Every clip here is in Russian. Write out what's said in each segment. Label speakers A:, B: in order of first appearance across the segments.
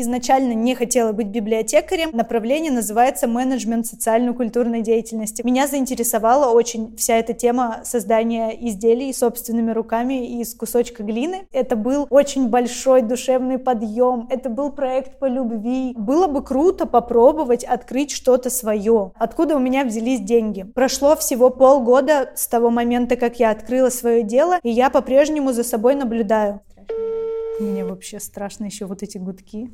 A: изначально не хотела быть библиотекарем. Направление называется менеджмент социально-культурной деятельности. Меня заинтересовала очень вся эта тема создания изделий собственными руками из кусочка глины. Это был очень большой душевный подъем. Это был проект по любви. Было бы круто попробовать открыть что-то свое. Откуда у меня взялись деньги? Прошло всего полгода с того момента, как я открыла свое дело, и я по-прежнему за собой наблюдаю. Мне вообще страшно еще вот эти гудки.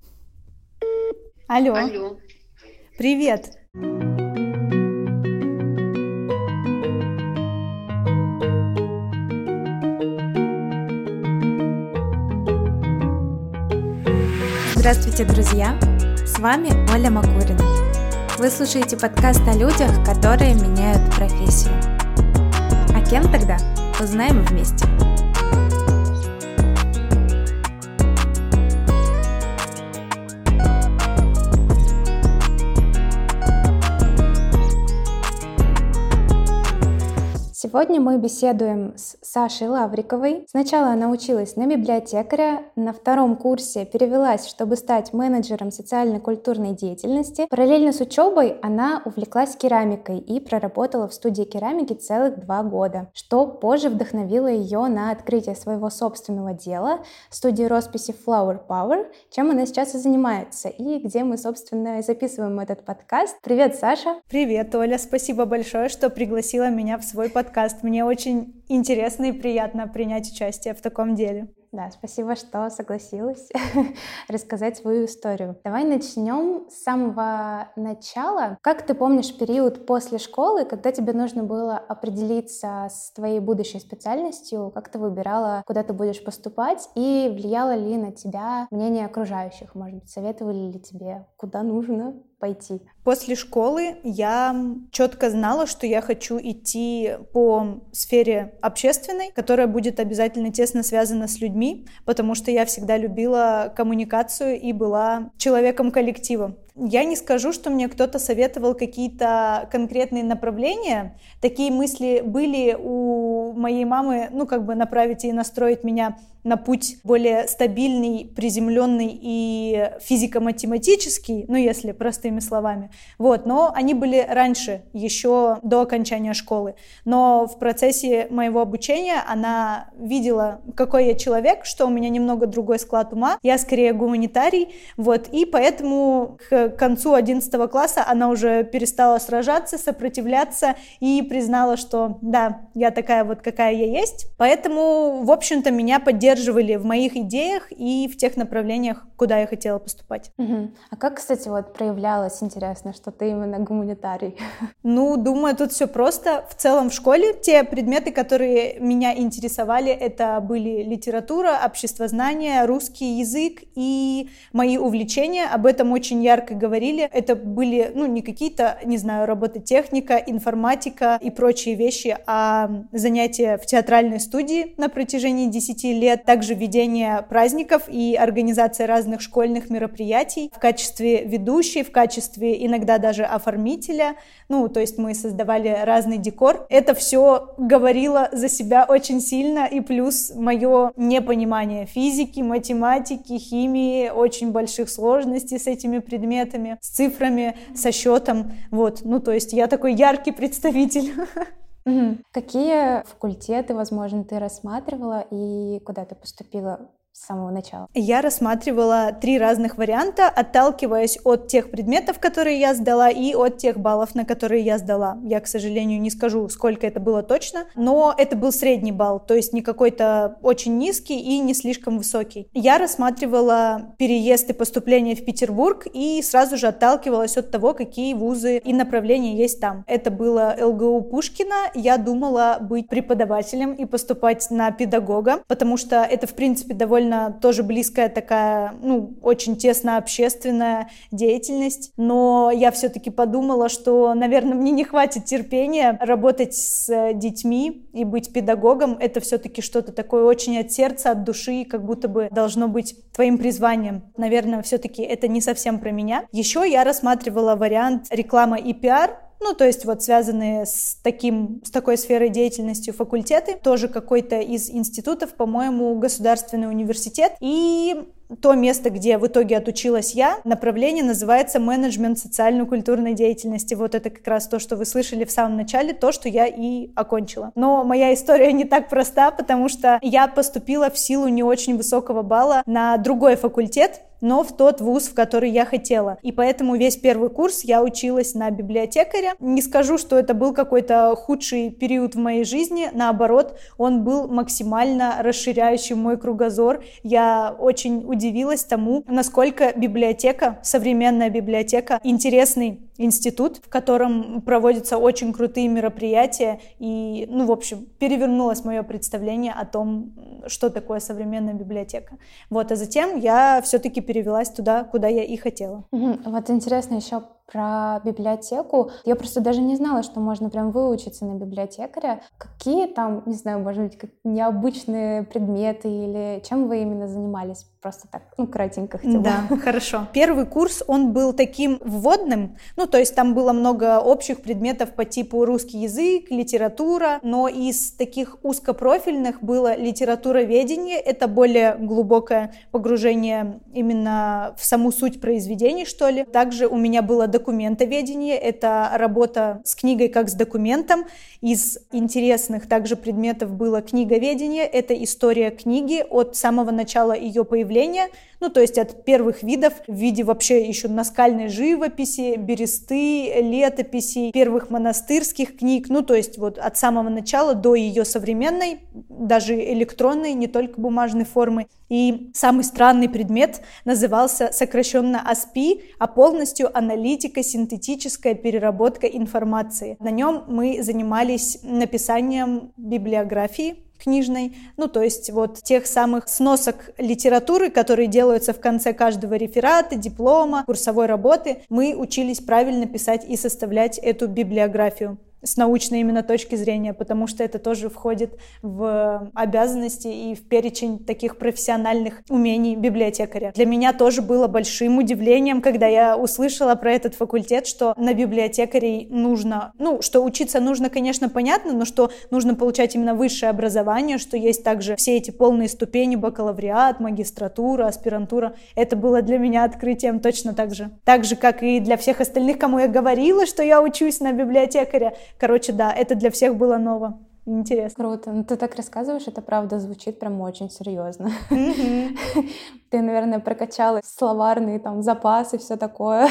A: Алло. Привет.
B: Здравствуйте, друзья! С вами Оля Макурина. Вы слушаете подкаст о людях, которые меняют профессию. А кем тогда? Узнаем вместе. Сегодня мы беседуем с Сашей Лавриковой. Сначала она училась на библиотекаря, на втором курсе перевелась, чтобы стать менеджером социально-культурной деятельности. Параллельно с учебой она увлеклась керамикой и проработала в студии керамики целых 2 года, что позже вдохновило ее на открытие своего собственного дела, студии росписи Flower Power, чем она сейчас и занимается, и где мы, собственно, и записываем этот подкаст. Привет, Саша!
A: Привет, Оля! Спасибо большое, что пригласила меня в свой подкаст. Мне очень интересно и приятно принять участие в таком деле.
B: Да, спасибо, что согласилась рассказать свою историю. Давай начнем с самого начала. Как ты помнишь период после школы, когда тебе нужно было определиться с твоей будущей специальностью, как ты выбирала, куда ты будешь поступать, и влияло ли на тебя мнение окружающих? Может быть, советовали ли тебе, куда нужно пойти?
A: После школы я четко знала, что я хочу идти по сфере общественной, которая будет обязательно тесно связана с людьми, потому что я всегда любила коммуникацию и была человеком коллектива. Я не скажу, что мне кто-то советовал какие-то конкретные направления. Такие мысли были у моей мамы, направить и настроить меня на путь более стабильный, приземленный и физико-математический, если простыми словами. Но они были раньше, еще до окончания школы. Но в процессе моего обучения она видела, какой я человек, что у меня немного другой склад ума, я скорее гуманитарий, и поэтому к концу 11 класса она уже перестала сражаться, сопротивляться и признала, что да, я такая вот, какая я есть. Поэтому, в общем-то, меня поддерживали в моих идеях и в тех направлениях, куда я хотела поступать.
B: А как, кстати, проявлялось, интересно, что ты именно гуманитарий?
A: Думаю, тут все просто. В целом в школе те предметы, которые меня интересовали, это были литература, обществознание, русский язык и мои увлечения. Об этом очень ярко говорили. Это были, не какие-то, робототехника, информатика и прочие вещи, а занятия в театральной студии на протяжении 10 лет, также ведение праздников и организация разных школьных мероприятий в качестве ведущей, в качестве иногда даже оформителя. То есть мы создавали разный декор. Это все говорило за себя очень сильно, и плюс мое непонимание физики, математики, химии, очень больших сложностей с этими предметами, с цифрами, со счетом. То есть я такой яркий представитель.
B: Какие факультеты, возможно, ты рассматривала и куда ты поступила с самого начала?
A: Я рассматривала 3 разных варианта, отталкиваясь от тех предметов, которые я сдала, и от тех баллов, на которые я сдала. Я, к сожалению, не скажу, сколько это было точно, но это был средний балл, то есть не какой-то очень низкий и не слишком высокий. Я рассматривала переезд и поступление в Петербург и сразу же отталкивалась от того, какие вузы и направления есть там. Это было ЛГУ Пушкина. Я думала быть преподавателем и поступать на педагога, потому что это, в принципе, довольно тоже близкая такая, очень тесно общественная деятельность, но я все-таки подумала, что, наверное, мне не хватит терпения работать с детьми и быть педагогом. Это все-таки что-то такое очень от сердца, от души, как будто бы должно быть твоим призванием. Наверное, все-таки это не совсем про меня. Еще я рассматривала вариант реклама и пиар, то есть связанные с такой сферой деятельности факультеты, тоже какой-то из институтов, по-моему, государственный университет. И то место, где в итоге отучилась я, направление называется менеджмент социально-культурной деятельности. Вот это как раз то, что вы слышали в самом начале, то, что я и окончила. Но моя история не так проста, потому что я поступила в силу не очень высокого балла на другой факультет, но в тот вуз, в который я хотела. И поэтому весь первый курс я училась на библиотекаря. Не скажу, что это был какой-то худший период в моей жизни, наоборот, он был максимально расширяющим мой кругозор. Я очень удивилась тому, насколько библиотека, современная библиотека, интересный институт, в котором проводятся очень крутые мероприятия, и, в общем, перевернулось мое представление о том, что такое современная библиотека. Вот, а затем я все-таки перевелась туда, куда я и хотела.
B: Вот интересно еще про библиотеку. Я просто даже не знала, что можно прям выучиться на библиотекаря. Какие там, не знаю, может быть, необычные предметы или чем вы именно занимались? Просто так, кратенько хотя бы.
A: Да, хорошо. Первый курс, он был таким вводным, то есть там было много общих предметов по типу русский язык, литература, но из таких узкопрофильных было литературоведение, это более глубокое погружение именно в саму суть произведений, что ли. Также у меня было документоведение, это работа с книгой как с документом. Из интересных также предметов было книговедение, это история книги от самого начала ее появления, то есть от первых видов в виде вообще еще наскальной живописи, бересты, летописей, первых монастырских книг, то есть вот от самого начала до ее современной, даже электронной, не только бумажной формы. И самый странный предмет назывался сокращенно АСПИ, а полностью аналитико-синтетическая переработка информации. На нем мы занимались написанием библиографии книжной, то есть вот тех самых сносок литературы, которые делаются в конце каждого реферата, диплома, курсовой работы. Мы учились правильно писать и составлять эту библиографию с научной именно точки зрения, потому что это тоже входит в обязанности и в перечень таких профессиональных умений библиотекаря. Для меня тоже было большим удивлением, когда я услышала про этот факультет, что на библиотекарей нужно, что учиться нужно, конечно, понятно, но что нужно получать именно высшее образование, что есть также все эти полные ступени, бакалавриат, магистратура, аспирантура. Это было для меня открытием точно так же. Так же, как и для всех остальных, кому я говорила, что я учусь на библиотекаря. Короче, да, это для всех было ново. Интересно.
B: Круто. Ты так рассказываешь, это правда звучит прям очень серьезно. Ты, наверное, прокачала словарный запас и все такое.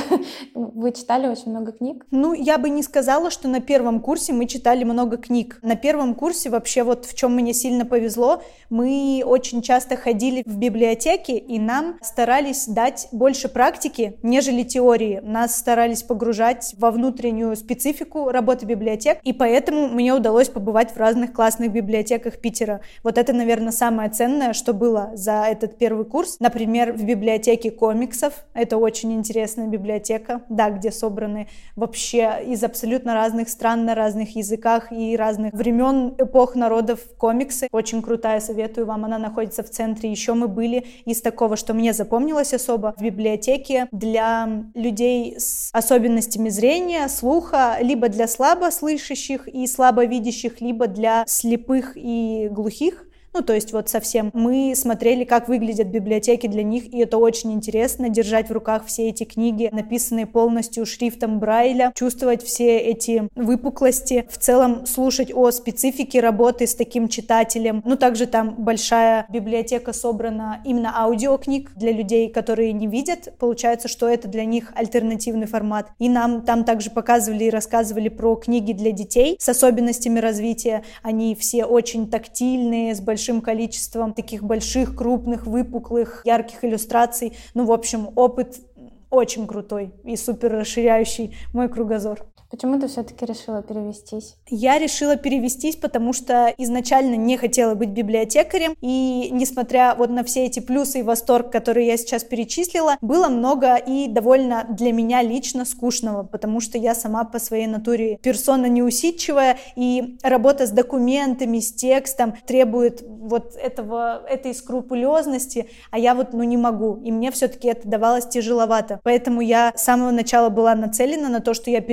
B: Вы читали очень много книг?
A: Я бы не сказала, что на первом курсе мы читали много книг. На первом курсе вообще вот в чем мне сильно повезло, мы очень часто ходили в библиотеки, и нам старались дать больше практики, нежели теории. Нас старались погружать во внутреннюю специфику работы библиотек, и поэтому мне удалось побывать в разных классных библиотеках Питера. Вот это, наверное, самое ценное, что было за этот первый курс. Например, в библиотеке комиксов. Это очень интересная библиотека, да, где собраны вообще из абсолютно разных стран, на разных языках и разных времен, эпох, народов комиксы. Очень крутая, советую вам. Она находится в центре. Еще мы были из такого, что мне запомнилось особо, в библиотеке для людей с особенностями зрения, слуха, либо для слабослышащих и слабовидящих, либо для слепых и глухих. То есть вот совсем мы смотрели, как выглядят библиотеки для них, и это очень интересно, держать в руках все эти книги, написанные полностью шрифтом Брайля, чувствовать все эти выпуклости, в целом слушать о специфике работы с таким читателем. Также там большая библиотека собрана именно аудиокниг для людей, которые не видят. Получается, что это для них альтернативный формат. И нам там также показывали и рассказывали про книги для детей с особенностями развития. Они все очень тактильные, с большим количеством таких больших, крупных, выпуклых, ярких иллюстраций. В общем, опыт очень крутой и супер расширяющий мой кругозор.
B: Почему ты все-таки решила перевестись?
A: Я решила перевестись, потому что изначально не хотела быть библиотекарем, и несмотря вот на все эти плюсы и восторг, которые я сейчас перечислила, было много и довольно для меня лично скучного, потому что я сама по своей натуре персона неусидчивая, и работа с документами, с текстом требует вот этой скрупулезности, а я не могу, и мне все-таки это давалось тяжеловато. Поэтому я с самого начала была нацелена на то, что я переведусь,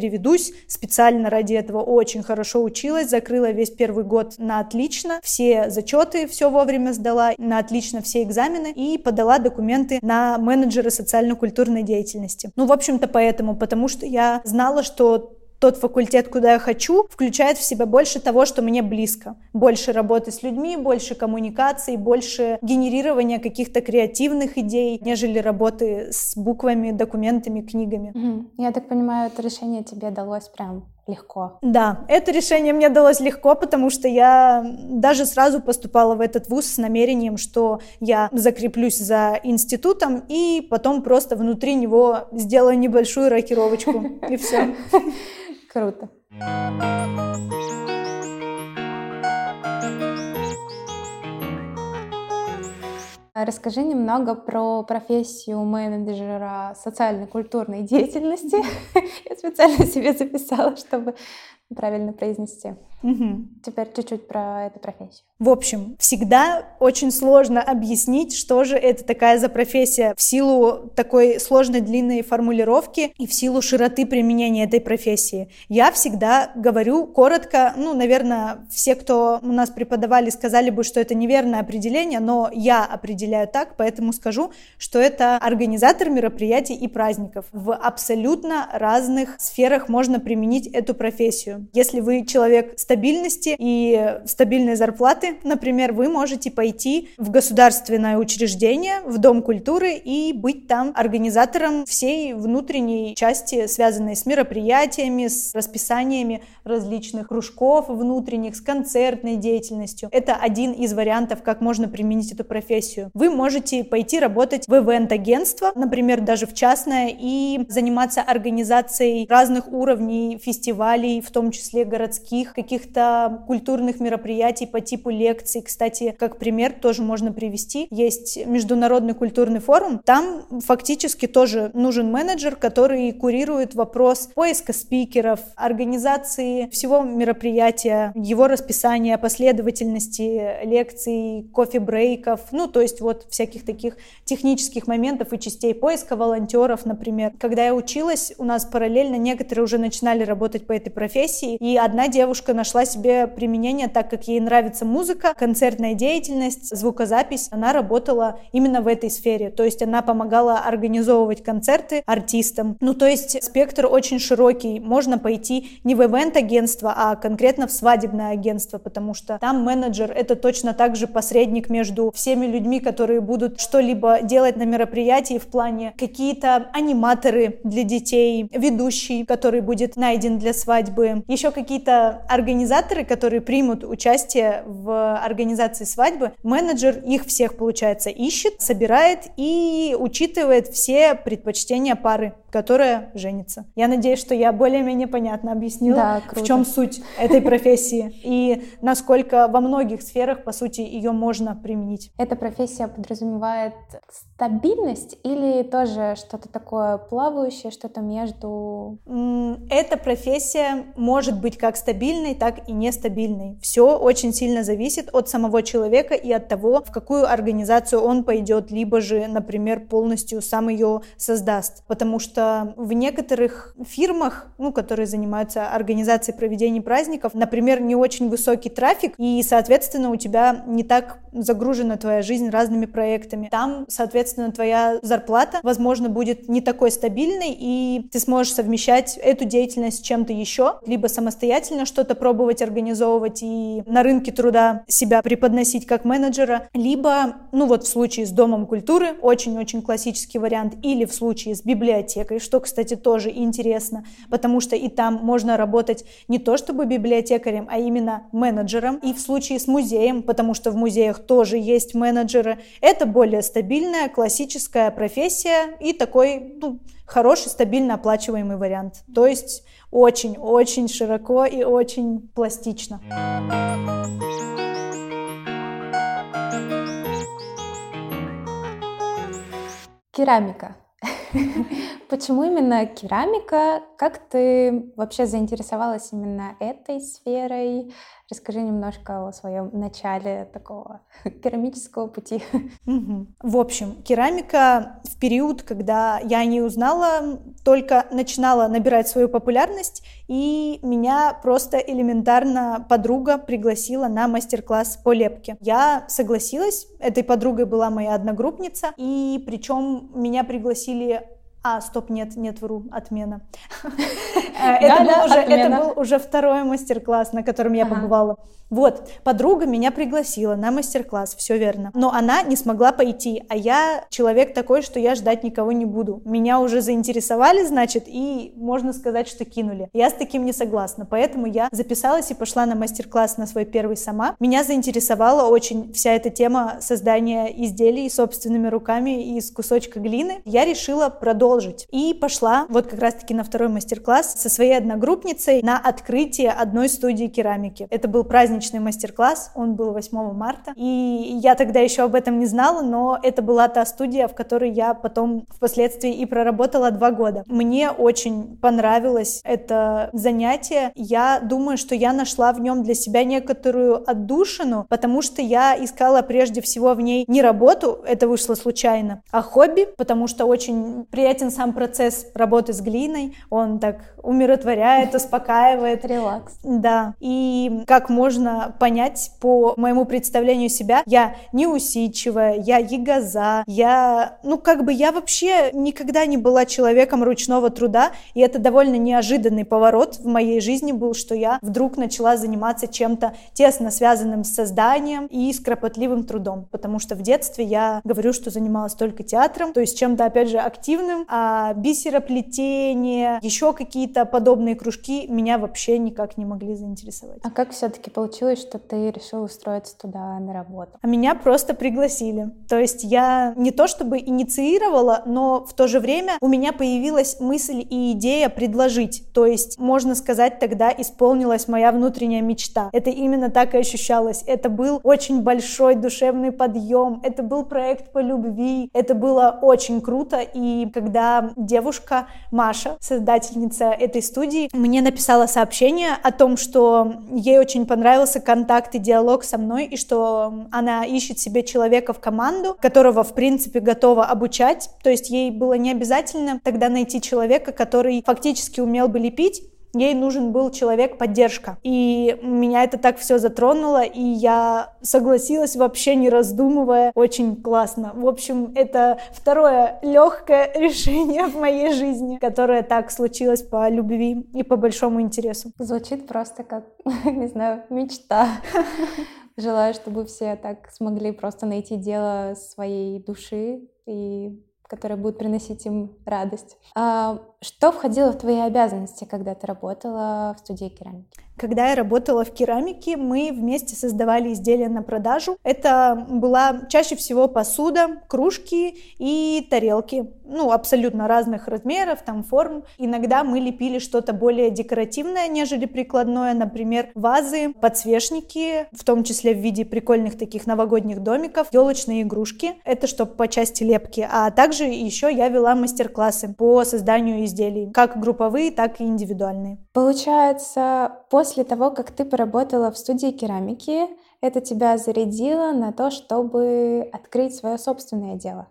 A: учусь, специально ради этого очень хорошо училась, закрыла весь первый год на отлично, все зачеты все вовремя сдала, на отлично все экзамены и подала документы на менеджера социально-культурной деятельности. В общем-то, потому что я знала, что тот факультет, куда я хочу, включает в себя больше того, что мне близко. Больше работы с людьми, больше коммуникаций, больше генерирования каких-то креативных идей, нежели работы с буквами, документами, книгами.
B: Я так понимаю, это решение тебе далось прям легко.
A: Да, это решение мне далось легко, потому что я даже сразу поступала в этот вуз с намерением, что я закреплюсь за институтом и потом просто внутри него сделаю небольшую рокировочку, и все.
B: Круто. Расскажи немного про профессию менеджера социально-культурной деятельности. Я специально себе записала, чтобы правильно произнести. Теперь чуть-чуть про эту профессию.
A: В общем, всегда очень сложно объяснить, что же это такая за профессия в силу такой сложной длинной формулировки и в силу широты применения этой профессии. Я всегда говорю коротко, наверное, все, кто у нас преподавали, сказали бы, что это неверное определение, но я определяю так, поэтому скажу, что это организатор мероприятий и праздников. В абсолютно разных сферах можно применить эту профессию. Если вы человек стабильности и стабильной зарплаты, например, вы можете пойти в государственное учреждение, в Дом культуры и быть там организатором всей внутренней части, связанной с мероприятиями, с расписаниями различных кружков внутренних, с концертной деятельностью. Это один из вариантов, как можно применить эту профессию. Вы можете пойти работать в ивент-агентство, например, даже в частное, и заниматься организацией разных уровней фестивалей, в том числе городских, каких-то культурных мероприятий по типу лекций. Кстати, как пример тоже можно привести. Есть Международный культурный форум. Там фактически тоже нужен менеджер, который курирует вопрос поиска спикеров, организации всего мероприятия, его расписания, последовательности лекций, кофе-брейков, то есть всяких таких технических моментов и частей поиска волонтеров, например. Когда я училась, у нас параллельно некоторые уже начинали работать по этой профессии, и одна девушка нашла себе применение, так как ей нравится музыка, концертная деятельность, звукозапись. Она работала именно в этой сфере, то есть она помогала организовывать концерты артистам. То есть спектр очень широкий. Можно пойти не в ивент-агентство, а конкретно в свадебное агентство, потому что там менеджер — это точно так же посредник между всеми людьми, которые будут что-либо делать на мероприятии в плане какие-то аниматоры для детей, ведущий, который будет найден для свадьбы, еще какие-то организаторы, которые примут участие в организации свадьбы. Менеджер их всех, получается, ищет, собирает и учитывает все предпочтения пары, которая женится. Я надеюсь, что я более-менее понятно объяснила, в чем суть этой профессии и насколько во многих сферах, по сути, ее можно применить.
B: Эта профессия подразумевает стабильность или тоже что-то такое плавающее, что-то между?
A: Эта профессия может быть как стабильной, так и нестабильной. Все очень сильно зависит от самого человека и от того, в какую организацию он пойдет, либо же, например, полностью сам ее создаст. Потому что в некоторых фирмах, которые занимаются организацией проведения праздников, например, не очень высокий трафик, и, соответственно, у тебя не так загружена твоя жизнь разными проектами. Там, соответственно, твоя зарплата, возможно, будет не такой стабильной, и ты сможешь совмещать эту деятельность с чем-то еще, либо самостоятельно что-то пробовать организовывать и на рынке труда себя преподносить как менеджера, либо, в случае с Домом культуры, очень-очень классический вариант, или в случае с библиотекой, что, кстати, тоже интересно, потому что и там можно работать не то чтобы библиотекарем, а именно менеджером, и в случае с музеем, потому что в музеях тоже есть менеджеры. Это более стабильная, классическая профессия и такой, хороший, стабильно оплачиваемый вариант. То есть очень-очень широко и очень пластично.
B: Керамика. Почему именно керамика? Как ты вообще заинтересовалась именно этой сферой? Расскажи немножко о своем начале такого керамического пути.
A: В общем, керамика в период, когда я не узнала, только начинала набирать свою популярность, и меня просто элементарно подруга пригласила на мастер-класс по лепке. Я согласилась, этой подругой была моя одногруппница, и причем меня пригласили... нет, вру, отмена. Это был уже второй мастер-класс, на котором я побывала. Вот, подруга меня пригласила на мастер-класс, все верно. Но она не смогла пойти, а я человек такой, что я ждать никого не буду. Меня уже заинтересовали, значит, и можно сказать, что кинули. Я с таким не согласна, поэтому я записалась и пошла на мастер-класс на свой первый сама. Меня заинтересовала очень вся эта тема создания изделий собственными руками из кусочка глины. Я решила продолжить и пошла вот как раз-таки на второй мастер-класс со своей одногруппницей на открытие одной студии керамики. Это был праздничный мастер-класс, он был 8 марта, и я тогда еще об этом не знала, но это была та студия, в которой я потом впоследствии и проработала 2 года. Мне очень понравилось это занятие. Я думаю, что я нашла в нем для себя некоторую отдушину, потому что я искала прежде всего в ней не работу, это вышло случайно, а хобби, потому что очень приятен сам процесс работы с глиной, он так умиротворяет, успокаивает.
B: Релакс.
A: Да, и как можно понять по моему представлению себя, я неусидчивая, я ягоза, я вообще никогда не была человеком ручного труда, и это довольно неожиданный поворот в моей жизни был, что я вдруг начала заниматься чем-то тесно связанным с созданием и с кропотливым трудом, потому что в детстве я говорю, что занималась только театром, то есть чем-то, опять же, активным, а бисероплетение, еще какие-то подобные кружки меня вообще никак не могли заинтересовать.
B: А как все-таки получилось, что ты решила устроиться туда на работу?
A: А меня просто пригласили. То есть я не то чтобы инициировала, но в то же время у меня появилась мысль и идея предложить. То есть, можно сказать, тогда исполнилась моя внутренняя мечта. Это именно так и ощущалось. Это был очень большой душевный подъем. Это был проект по любви. Это было очень круто. И когда девушка Маша, создательница этой студии, мне написала сообщение о том, что ей очень понравился контакт и диалог со мной, и что она ищет себе человека в команду, которого, в принципе, готова обучать. То есть ей было не обязательно тогда найти человека, который фактически умел бы лепить, ей нужен был человек-поддержка. И меня это так все затронуло, и я согласилась, вообще не раздумывая. Очень классно. В общем, это второе легкое решение в моей жизни, которое так случилось по любви и по большому интересу.
B: Звучит просто как, не знаю, мечта. Желаю, чтобы все так смогли просто найти дело своей души, и которое будет приносить им радость. Что входило в твои обязанности, когда ты работала в студии керамики?
A: Когда я работала в керамике, мы вместе создавали изделия на продажу. Это была чаще всего посуда, кружки и тарелки. Абсолютно разных размеров, форм. Иногда мы лепили что-то более декоративное, нежели прикладное. Например, вазы, подсвечники, в том числе в виде прикольных таких новогодних домиков, елочные игрушки. Это что по части лепки. А также еще я вела мастер-классы по созданию изделий, как групповые, так и индивидуальные.
B: Получается, после того, как ты поработала в студии керамики, это тебя зарядило на то, чтобы открыть свое собственное дело?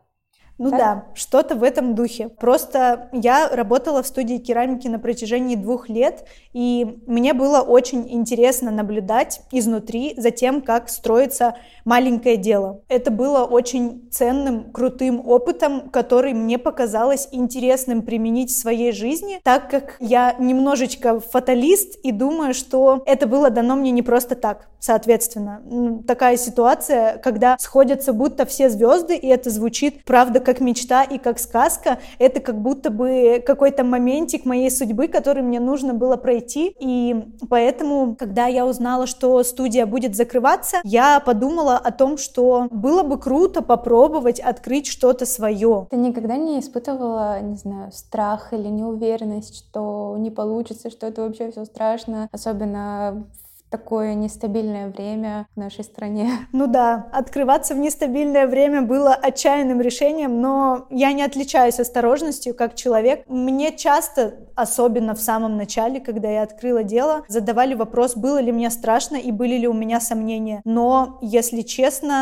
A: Да, что-то в этом духе. Просто я работала в студии керамики на протяжении 2 лет, и мне было очень интересно наблюдать изнутри за тем, как строится маленькое дело. Это было очень ценным, крутым опытом, который мне показалось интересным применить в своей жизни, так как я немножечко фаталист и думаю, что это было дано мне не просто так. Соответственно, такая ситуация, когда сходятся будто все звезды, и это звучит, правда, как мечта и как сказка, это как будто бы какой-то моментик моей судьбы, который мне нужно было пройти, и поэтому, когда я узнала, что студия будет закрываться, я подумала о том, что было бы круто попробовать открыть что-то свое.
B: Ты никогда не испытывала, не знаю, страх или неуверенность, что не получится, что это вообще все страшно, особенно такое нестабильное время в нашей стране?
A: Да, открываться в нестабильное время было отчаянным решением, но я не отличаюсь осторожностью как человек. Мне часто, особенно в самом начале, когда я открыла дело, задавали вопрос, было ли мне страшно и были ли у меня сомнения. Но, если честно,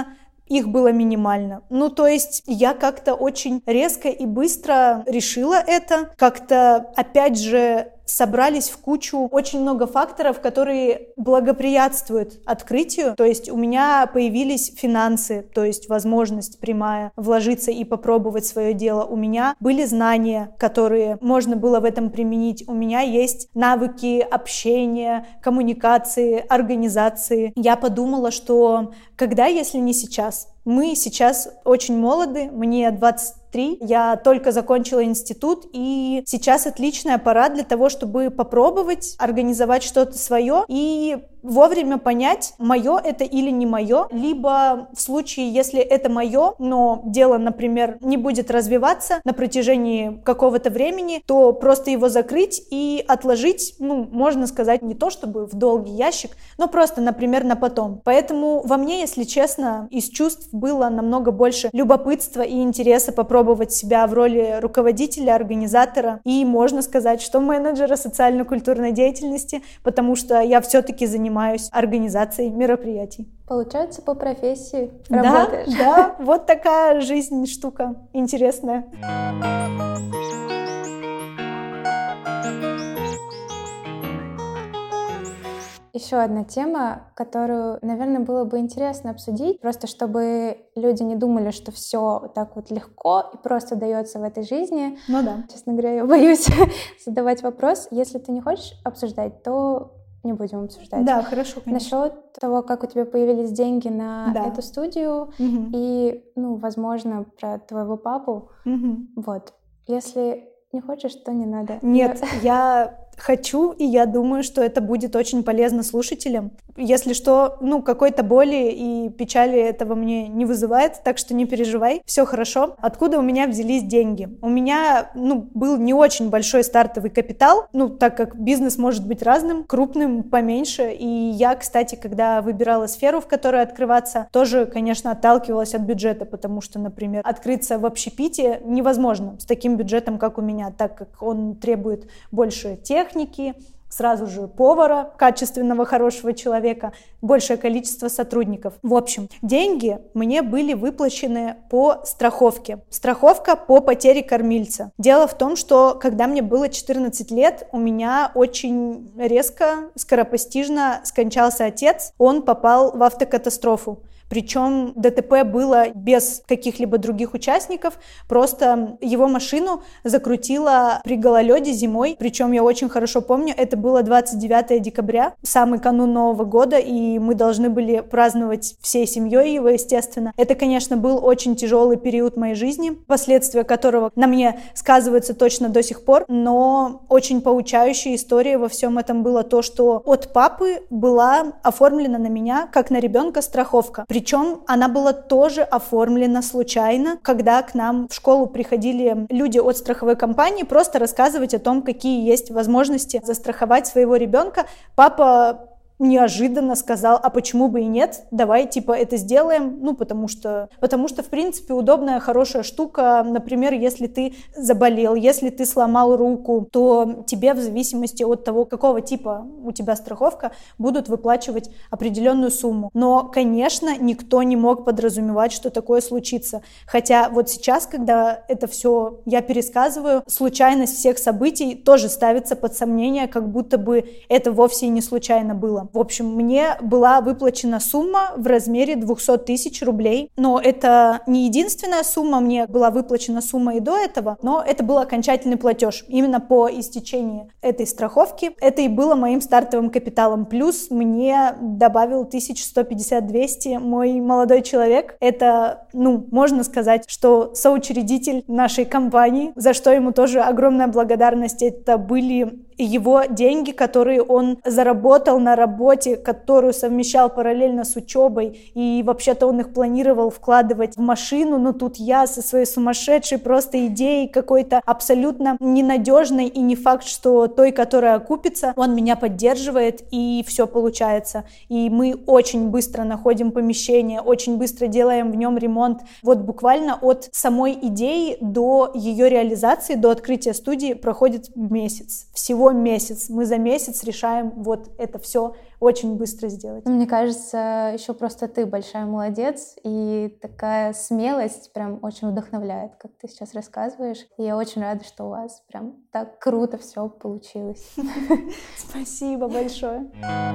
A: их было минимально. Ну, то есть я как-то очень резко и быстро решила это. Как-то, опять же, собрались в кучу очень много факторов, которые благоприятствуют открытию. То есть у меня появились финансы, то есть возможность прямая вложиться и попробовать свое дело. У меня были знания, которые можно было в этом применить. У меня есть навыки общения, коммуникации, организации. Я подумала, что когда, если не сейчас? Мы сейчас очень молоды, мне 23, я только закончила институт, и сейчас отличная пора для того, чтобы попробовать организовать что-то свое и вовремя понять, мое это или не мое, либо в случае, если это мое, но дело, например, не будет развиваться на протяжении какого-то времени, то просто его закрыть и отложить, можно сказать, не то чтобы в долгий ящик, но просто, например, на потом. Поэтому во мне, если честно, из чувств было намного больше любопытства и интереса попробовать себя в роли руководителя, организатора и, можно сказать, что менеджера социально-культурной деятельности, потому что я все-таки занимаюсь организацией мероприятий.
B: Получается, по профессии работаешь.
A: Да, вот такая жизнь, штука интересная.
B: Еще одна тема, которую, наверное, было бы интересно обсудить, просто чтобы люди не думали, что все так вот легко и просто дается в этой жизни.
A: Ну да.
B: Честно говоря, я боюсь задавать вопрос. Если ты не хочешь обсуждать, то не будем обсуждать.
A: Да, хорошо, конечно.
B: Насчет того, как у тебя появились деньги на эту студию и, возможно, про твоего папу. Вот. Если не хочешь, то не надо.
A: Нет, я хочу, и я думаю, что это будет очень полезно слушателям. Если что, какой-то боли и печали этого мне не вызывает, так что не переживай, все хорошо. Откуда у меня взялись деньги? У меня, был не очень большой стартовый капитал, так как бизнес может быть разным, крупным, поменьше. И я, кстати, когда выбирала сферу, в которой открываться, тоже, конечно, отталкивалась от бюджета, потому что, например, открыться в общепите невозможно с таким бюджетом, как у меня, так как он требует больше техники, сразу же повара, качественного, хорошего человека, большее количество сотрудников. В общем, деньги мне были выплачены по страховке. Страховка по потере кормильца. Дело в том, что когда мне было 14 лет, у меня очень резко, скоропостижно скончался отец. Он попал в автокатастрофу. Причем ДТП было без каких-либо других участников, просто его машину закрутило при гололеде зимой, причем я очень хорошо помню, это было 29 декабря, самый канун Нового года, и мы должны были праздновать всей семьей его, естественно. Это, конечно, был очень тяжелый период моей жизни, последствия которого на мне сказываются точно до сих пор, но очень поучающая история во всем этом было то, что от папы была оформлена на меня, как на ребенка, страховка. Причем она была тоже оформлена случайно, когда к нам в школу приходили люди от страховой компании просто рассказывать о том, какие есть возможности застраховать своего ребенка. Папа неожиданно сказал, а почему бы и нет, давай это сделаем, потому что в принципе удобная, хорошая штука, например, если ты заболел, если ты сломал руку, то тебе в зависимости от того, какого типа у тебя страховка, будут выплачивать определенную сумму. Но, конечно, никто не мог подразумевать, что такое случится. Хотя вот сейчас, когда это все я пересказываю, случайность всех событий тоже ставится под сомнение, как будто бы это вовсе не случайно было. В общем, мне была выплачена сумма в размере 200 тысяч рублей, но это не единственная сумма, мне была выплачена сумма и до этого, но это был окончательный платеж. Именно по истечении этой страховки это и было моим стартовым капиталом. Плюс мне добавил 1150-200 мой молодой человек. Это, можно сказать, что соучредитель нашей компании, за что ему тоже огромная благодарность. Это были его деньги, которые он заработал на работе, которую совмещал параллельно с учебой, и вообще-то он их планировал вкладывать в машину, но тут я со своей сумасшедшей просто идеей какой-то абсолютно ненадежной, и не факт, что той, которая окупится, он меня поддерживает, и все получается. И мы очень быстро находим помещение, очень быстро делаем в нем ремонт. Вот буквально от самой идеи до ее реализации, до открытия студии проходит месяц. Всего всего месяц. Мы за месяц решаем вот это все очень быстро сделать.
B: Мне кажется, еще просто ты большая молодец, и такая смелость прям очень вдохновляет, как ты сейчас рассказываешь. И я очень рада, что у вас прям так круто все получилось.
A: Спасибо большое.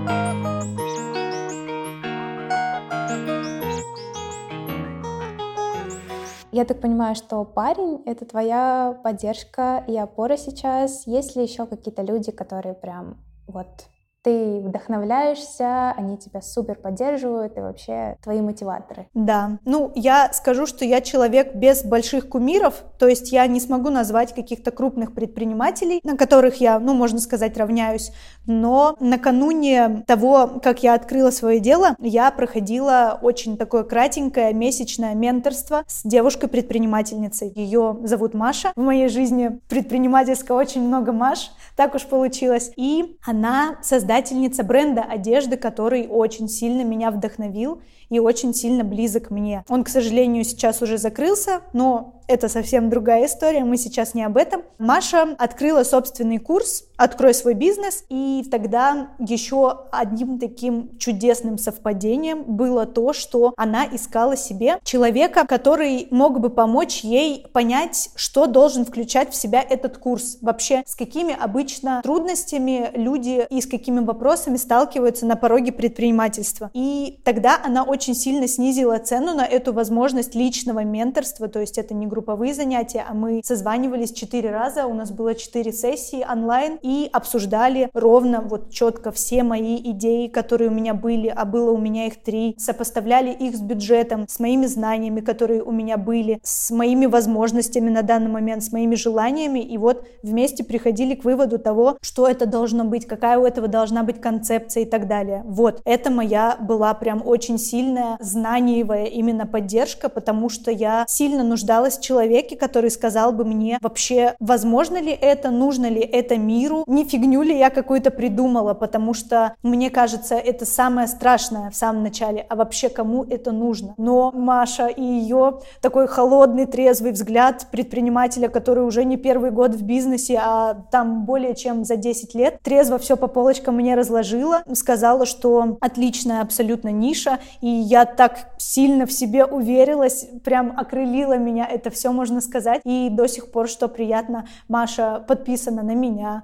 B: Я так понимаю, что парень — это твоя поддержка и опора сейчас. Есть ли еще какие-то люди, которые прям вот ты вдохновляешься, они тебя супер поддерживают и вообще твои мотиваторы?
A: Да, я скажу, что я человек без больших кумиров, то есть я не смогу назвать каких-то крупных предпринимателей, на которых я, можно сказать, равняюсь, но накануне того, как я открыла свое дело, я проходила очень такое кратенькое месячное менторство с девушкой-предпринимательницей. Ее зовут Маша. В моей жизни предпринимательской очень много Маш, так уж получилось. И она создательница бренда одежды, который очень сильно меня вдохновил и очень сильно близок мне. Он, к сожалению, сейчас уже закрылся, но это совсем другая история, мы сейчас не об этом. Маша открыла собственный курс «Открой свой бизнес», и тогда еще одним таким чудесным совпадением было то, что она искала себе человека, который мог бы помочь ей понять, что должен включать в себя этот курс. Вообще, с какими обычно трудностями люди и с какими вопросами сталкиваются на пороге предпринимательства. И тогда она очень сильно снизила цену на эту возможность личного менторства, то есть это не групповые занятия, а мы созванивались 4 раза, у нас было 4 сессии онлайн и обсуждали ровно вот четко все мои идеи, которые у меня были, а было у меня их 3, сопоставляли их с бюджетом, с моими знаниями, которые у меня были, с моими возможностями на данный момент, с моими желаниями, и вот вместе приходили к выводу того, что это должно быть, какая у этого должна быть концепция и так далее. Вот, это моя была прям очень сильная знаниевая именно поддержка, потому что я сильно нуждалась в человеке, который сказал бы мне вообще, возможно ли это, нужно ли это миру, не фигню ли я какую-то придумала, потому что, мне кажется, это самое страшное в самом начале, а вообще кому это нужно. Но Маша и ее такой холодный, трезвый взгляд предпринимателя, который уже не первый год в бизнесе, а там более чем за 10 лет, трезво все по полочкам мне разложила, сказала, что отличная абсолютно ниша, и я так сильно в себе уверилась, прям окрылила меня это все, можно сказать, и до сих пор, что приятно, Маша подписана на меня,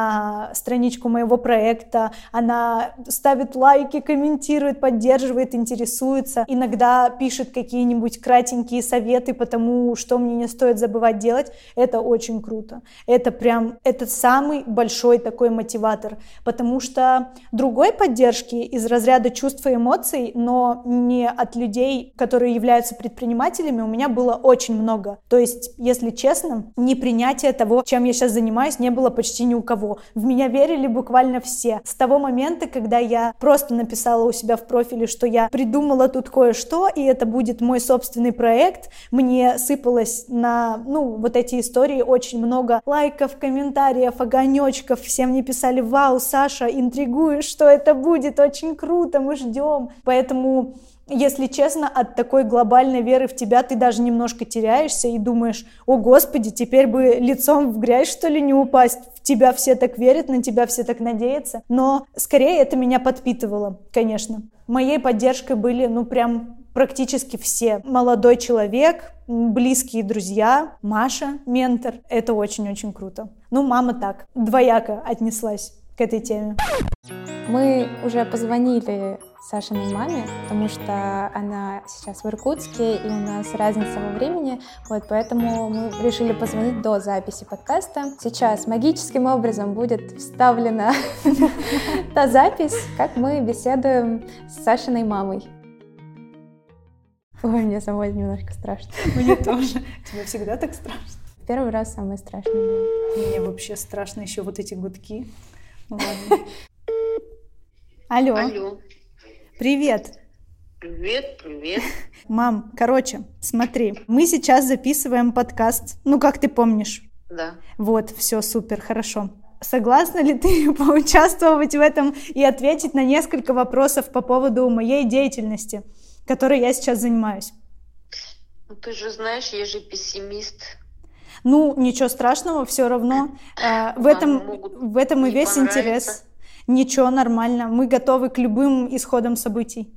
A: на страничку моего проекта, она ставит лайки, комментирует, поддерживает, интересуется, иногда пишет какие-нибудь кратенькие советы по тому, что мне не стоит забывать делать. Это очень круто. Это прям, это самый большой такой мотиватор, потому что другой поддержки из разряда чувств и эмоций, но не от людей, которые являются предпринимателями, у меня было очень много. То есть, если честно, непринятие того, чем я сейчас занимаюсь, не было почти ни у кого. В меня верили буквально все. С того момента, когда я просто написала у себя в профиле, что я придумала тут кое-что, и это будет мой собственный проект, мне сыпалось на, вот эти истории очень много лайков, комментариев, огонечков. Все мне писали: «Вау, Саша, интригуешь, что это будет, очень круто, мы ждем». Поэтому, если честно, от такой глобальной веры в тебя ты даже немножко теряешься и думаешь: о господи, теперь бы лицом в грязь, что ли, не упасть, в тебя все так верят, на тебя все так надеются. Но скорее это меня подпитывало, конечно. Моей поддержкой были, прям практически все. Молодой человек, близкие друзья, Маша, ментор. Это очень-очень круто. Мама так, двояко отнеслась к этой теме.
B: Мы уже позвонили Сашиной маме, потому что она сейчас в Иркутске, и у нас разница во времени, поэтому мы решили позвонить до записи подкаста. Сейчас магическим образом будет вставлена та запись, как мы беседуем с Сашиной мамой. Ой, мне самой немножко страшно.
A: Мне тоже. Тебе всегда так страшно?
B: Первый раз самое страшное было.
A: Мне вообще страшно еще вот эти гудки. Ладно. Алло. Привет.
C: Привет.
A: Мам, смотри, мы сейчас записываем подкаст, как ты помнишь.
C: Да.
A: Вот, все, супер, хорошо. Согласна ли ты поучаствовать в этом и ответить на несколько вопросов по поводу моей деятельности, которой я сейчас занимаюсь?
C: Ты же знаешь, я же пессимист.
A: Ну, ничего страшного, все равно. В этом и весь интерес. Ничего, нормально. Мы готовы к любым исходам событий.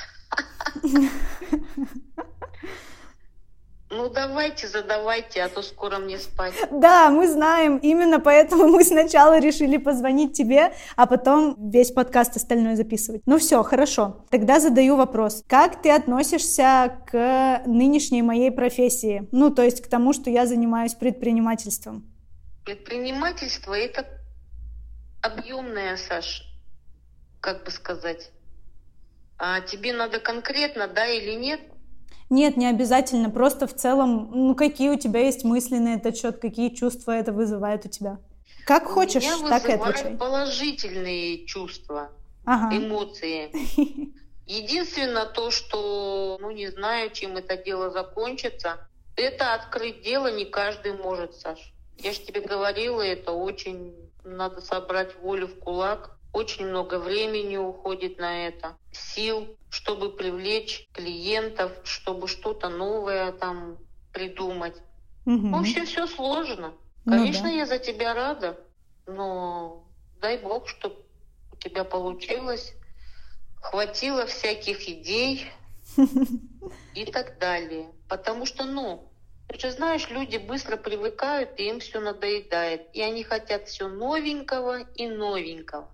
C: Ну, давайте, задавайте, а то скоро мне спать.
A: Да, мы знаем. Именно поэтому мы сначала решили позвонить тебе, а потом весь подкаст остальной записывать. Ну все, хорошо. Тогда задаю вопрос. Как ты относишься к нынешней моей профессии? Ну, то есть к тому, что я занимаюсь предпринимательством.
C: Предпринимательство — это объемное, Саш, как бы сказать. А тебе надо конкретно, да или нет?
A: Нет, не обязательно, просто в целом, ну какие у тебя есть мысли на этот счет, какие чувства это вызывает у тебя? Как хочешь, так и отвечай.
C: Меня вызывают положительные чувства, эмоции. Единственное то, что, не знаю, чем это дело закончится, это открыть дело не каждый может, Саш. Я же тебе говорила, это очень надо собрать волю в кулак. Очень много времени уходит на это, сил, чтобы привлечь клиентов, чтобы что-то новое там придумать. В общем, все сложно. Конечно, я за тебя рада, но дай бог, чтобы у тебя получилось, хватило всяких идей и так далее. Потому что, ты же знаешь, люди быстро привыкают, и им все надоедает. И они хотят все новенького и новенького.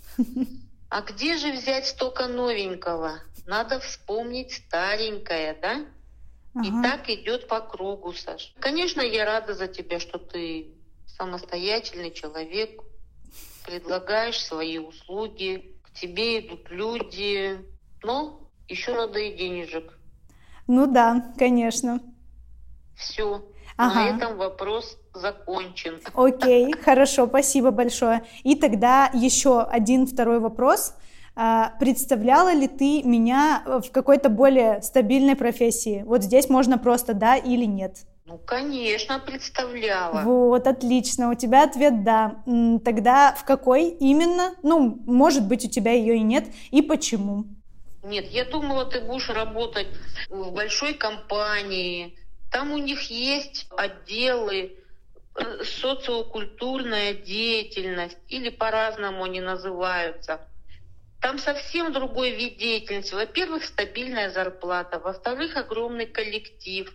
C: А где же взять столько новенького? Надо вспомнить старенькое, да? И так идет по кругу, Саш. Конечно, я рада за тебя, что ты самостоятельный человек, предлагаешь свои услуги, к тебе идут люди, но еще надо и денежек.
A: Ну да, конечно.
C: Все. На этом вопрос закончен.
A: Окей, хорошо, спасибо большое. И тогда еще второй вопрос. Представляла ли ты меня в какой-то более стабильной профессии? Вот здесь можно просто да или нет.
C: Ну, конечно, представляла.
A: Вот, отлично, у тебя ответ да. Тогда в какой именно? Ну, может быть, у тебя ее и нет, и почему?
C: Нет, я думала, ты будешь работать в большой компании. Там у них есть отделы, социокультурная деятельность, или по-разному они называются. Там совсем другой вид деятельности. Во-первых, стабильная зарплата. Во-вторых, огромный коллектив.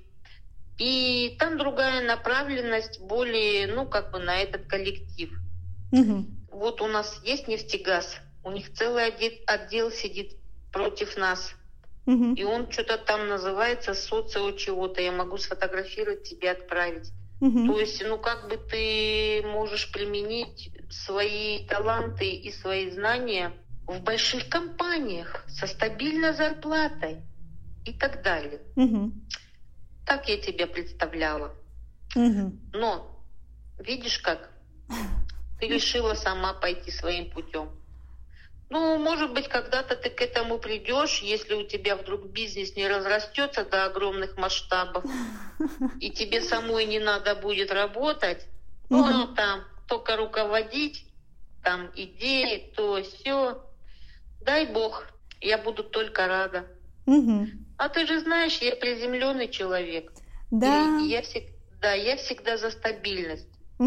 C: И там другая направленность более, на этот коллектив. Вот у нас есть нефтегаз. У них целый отдел сидит против нас. И он что-то там называется социо чего-то. Я могу сфотографировать, тебе отправить. То есть, ты можешь применить свои таланты и свои знания в больших компаниях со стабильной зарплатой и так далее. Так я тебя представляла. Но, видишь как, ты решила сама пойти своим путем. Может быть, когда-то ты к этому придешь, если у тебя вдруг бизнес не разрастется до огромных масштабов, и тебе самой не надо будет работать, там только руководить, там идеи, то все. Дай бог, я буду только рада. А ты же знаешь, я приземленный человек.
A: Да.
C: И я всегда за стабильность.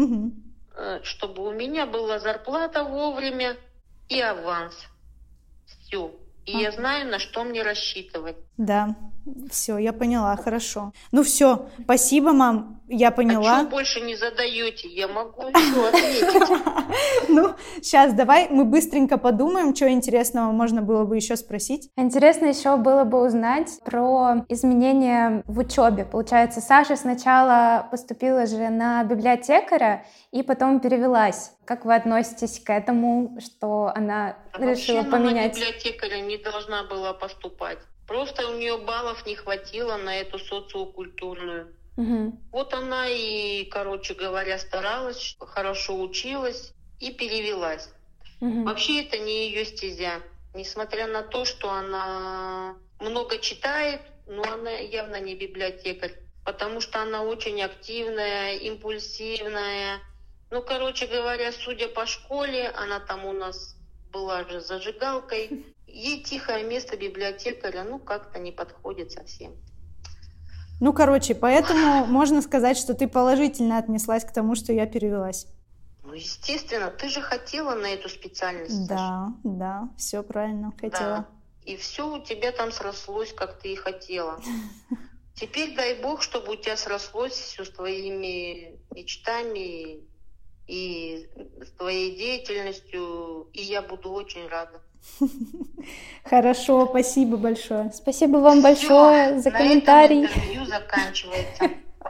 C: Чтобы у меня была зарплата вовремя и аванс. Все. И я знаю, на что мне рассчитывать.
A: Да, все, я поняла, хорошо. Ну все, спасибо, мам, я поняла.
C: А что больше не задаете? Я могу еще ответить.
A: Сейчас давай мы быстренько подумаем, что интересного можно было бы еще спросить.
B: Интересно еще было бы узнать про изменения в учебе. Получается, Саша сначала поступила же на библиотекаря и потом перевелась. Как вы относитесь к этому, что она решила поменять?
C: Вообще, на библиотекаря не должна была поступать. Просто у нее баллов не хватило на эту социокультурную. Вот она и, короче говоря, старалась, хорошо училась и перевелась. Вообще это не ее стезя. Несмотря на то, что она много читает, но она явно не библиотекарь. Потому что она очень активная, импульсивная. Короче говоря, судя по школе, она там у нас была же зажигалкой. Ей тихое место библиотекаря, как-то не подходит совсем.
A: Ну, короче, поэтому можно сказать, что ты положительно отнеслась к тому, что я перевелась.
C: Ну, естественно, ты же хотела на эту специальность.
A: Да, все правильно, хотела.
C: Да. И все у тебя там срослось, как ты и хотела. Теперь дай Бог, чтобы у тебя срослось все с твоими мечтами и с твоей деятельностью, и я буду очень рада.
A: Хорошо, спасибо большое.
B: Спасибо вам большое за комментарий.
C: На этом интервью заканчивается.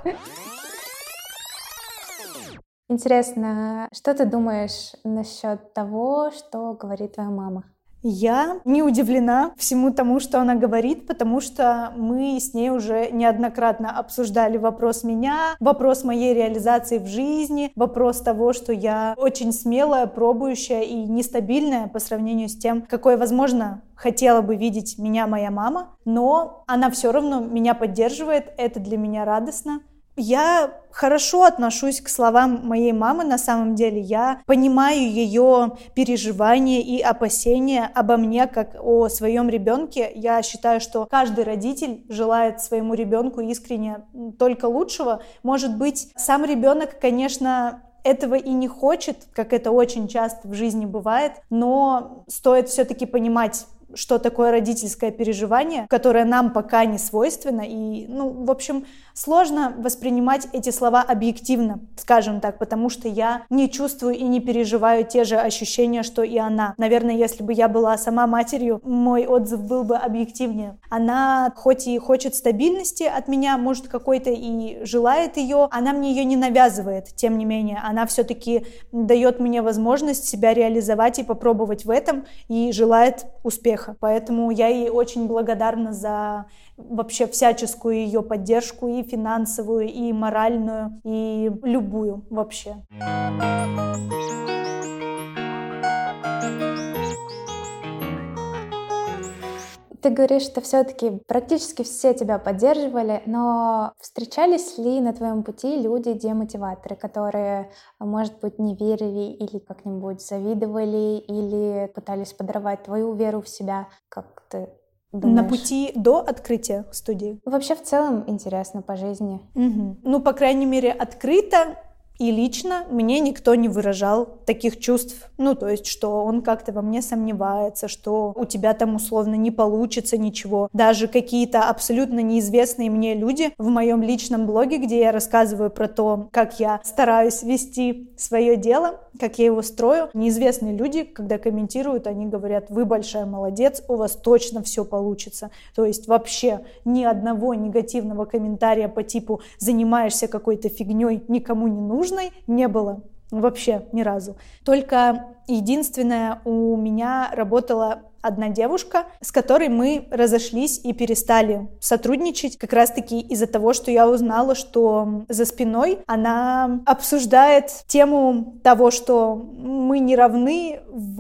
B: Интересно, что ты думаешь насчет того, что говорит твоя мама?
A: Я не удивлена всему тому, что она говорит, потому что мы с ней уже неоднократно обсуждали вопрос меня, вопрос моей реализации в жизни, вопрос того, что я очень смелая, пробующая и нестабильная по сравнению с тем, какой, возможно, хотела бы видеть меня моя мама, но она все равно меня поддерживает, это для меня радостно. Я хорошо отношусь к словам моей мамы на самом деле. Я понимаю ее переживания и опасения обо мне как о своем ребенке. Я считаю, что каждый родитель желает своему ребенку искренне только лучшего. Может быть, сам ребенок, конечно, этого и не хочет, как это очень часто в жизни бывает, но стоит все-таки понимать, что такое родительское переживание, которое нам пока не свойственно. И, в общем, сложно воспринимать эти слова объективно, скажем так, потому что я не чувствую и не переживаю те же ощущения, что и она. Наверное, если бы я была сама матерью, мой отзыв был бы объективнее. Она хоть и хочет стабильности от меня, может, какой-то и желает ее, она мне ее не навязывает, тем не менее. Она все-таки дает мне возможность себя реализовать и попробовать в этом, и желает успеха. Поэтому я ей очень благодарна за вообще всяческую ее поддержку, и финансовую, и моральную, и любую вообще.
B: Ты говоришь, что все-таки практически все тебя поддерживали, но встречались ли на твоем пути люди-демотиваторы, которые, может быть, не верили или как-нибудь завидовали, или пытались подорвать твою веру в себя? Как ты думаешь?
A: На пути до открытия студии?
B: Вообще в целом интересно по жизни.
A: Угу. По крайней мере, открыто и лично мне никто не выражал таких чувств, то есть, что он как-то во мне сомневается, что у тебя там условно не получится ничего. Даже какие-то абсолютно неизвестные мне люди в моем личном блоге, где я рассказываю про то, как я стараюсь вести свое дело, как я его строю, неизвестные люди, когда комментируют, они говорят: вы большая молодец, у вас точно все получится. То есть вообще ни одного негативного комментария по типу «занимаешься какой-то фигней, никому не нужной» не было. Вообще ни разу. Только единственное, у меня работала одна девушка, с которой мы разошлись и перестали сотрудничать как раз-таки из-за того, что я узнала, что за спиной она обсуждает тему того, что мы не равны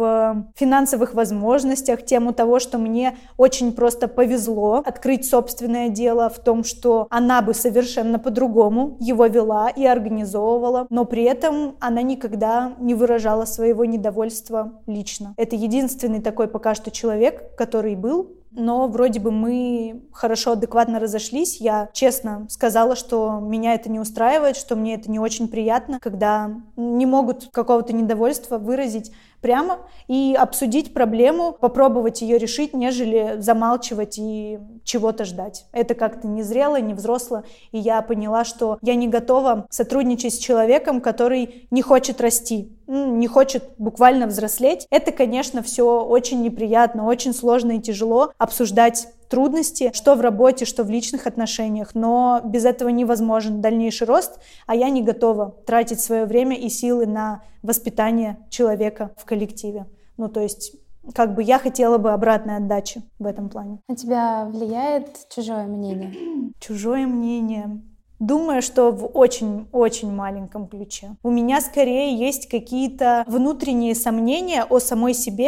A: в финансовых возможностях, тему того, что мне очень просто повезло открыть собственное дело, в том, что она бы совершенно по-другому его вела и организовывала, но при этом она никогда не выражала своего недовольства лично. Это единственный такой пока что человек, который был, но вроде бы мы хорошо, адекватно разошлись. Я честно сказала, что меня это не устраивает, что мне это не очень приятно, когда не могут какого-то недовольства выразить прямо и обсудить проблему, попробовать ее решить, нежели замалчивать и чего-то ждать. Это как-то незрело, невзросло, и я поняла, что я не готова сотрудничать с человеком, который не хочет расти, не хочет буквально взрослеть. Это, конечно, все очень неприятно, очень сложно и тяжело обсуждать трудности, что в работе, что в личных отношениях, но без этого невозможен дальнейший рост, а я не готова тратить свое время и силы на воспитание человека в коллективе. То есть, я хотела бы обратной отдачи в этом плане.
B: На тебя влияет чужое мнение?
A: Чужое мнение? Думаю, что в очень-очень маленьком ключе. У меня скорее есть какие-то внутренние сомнения о самой себе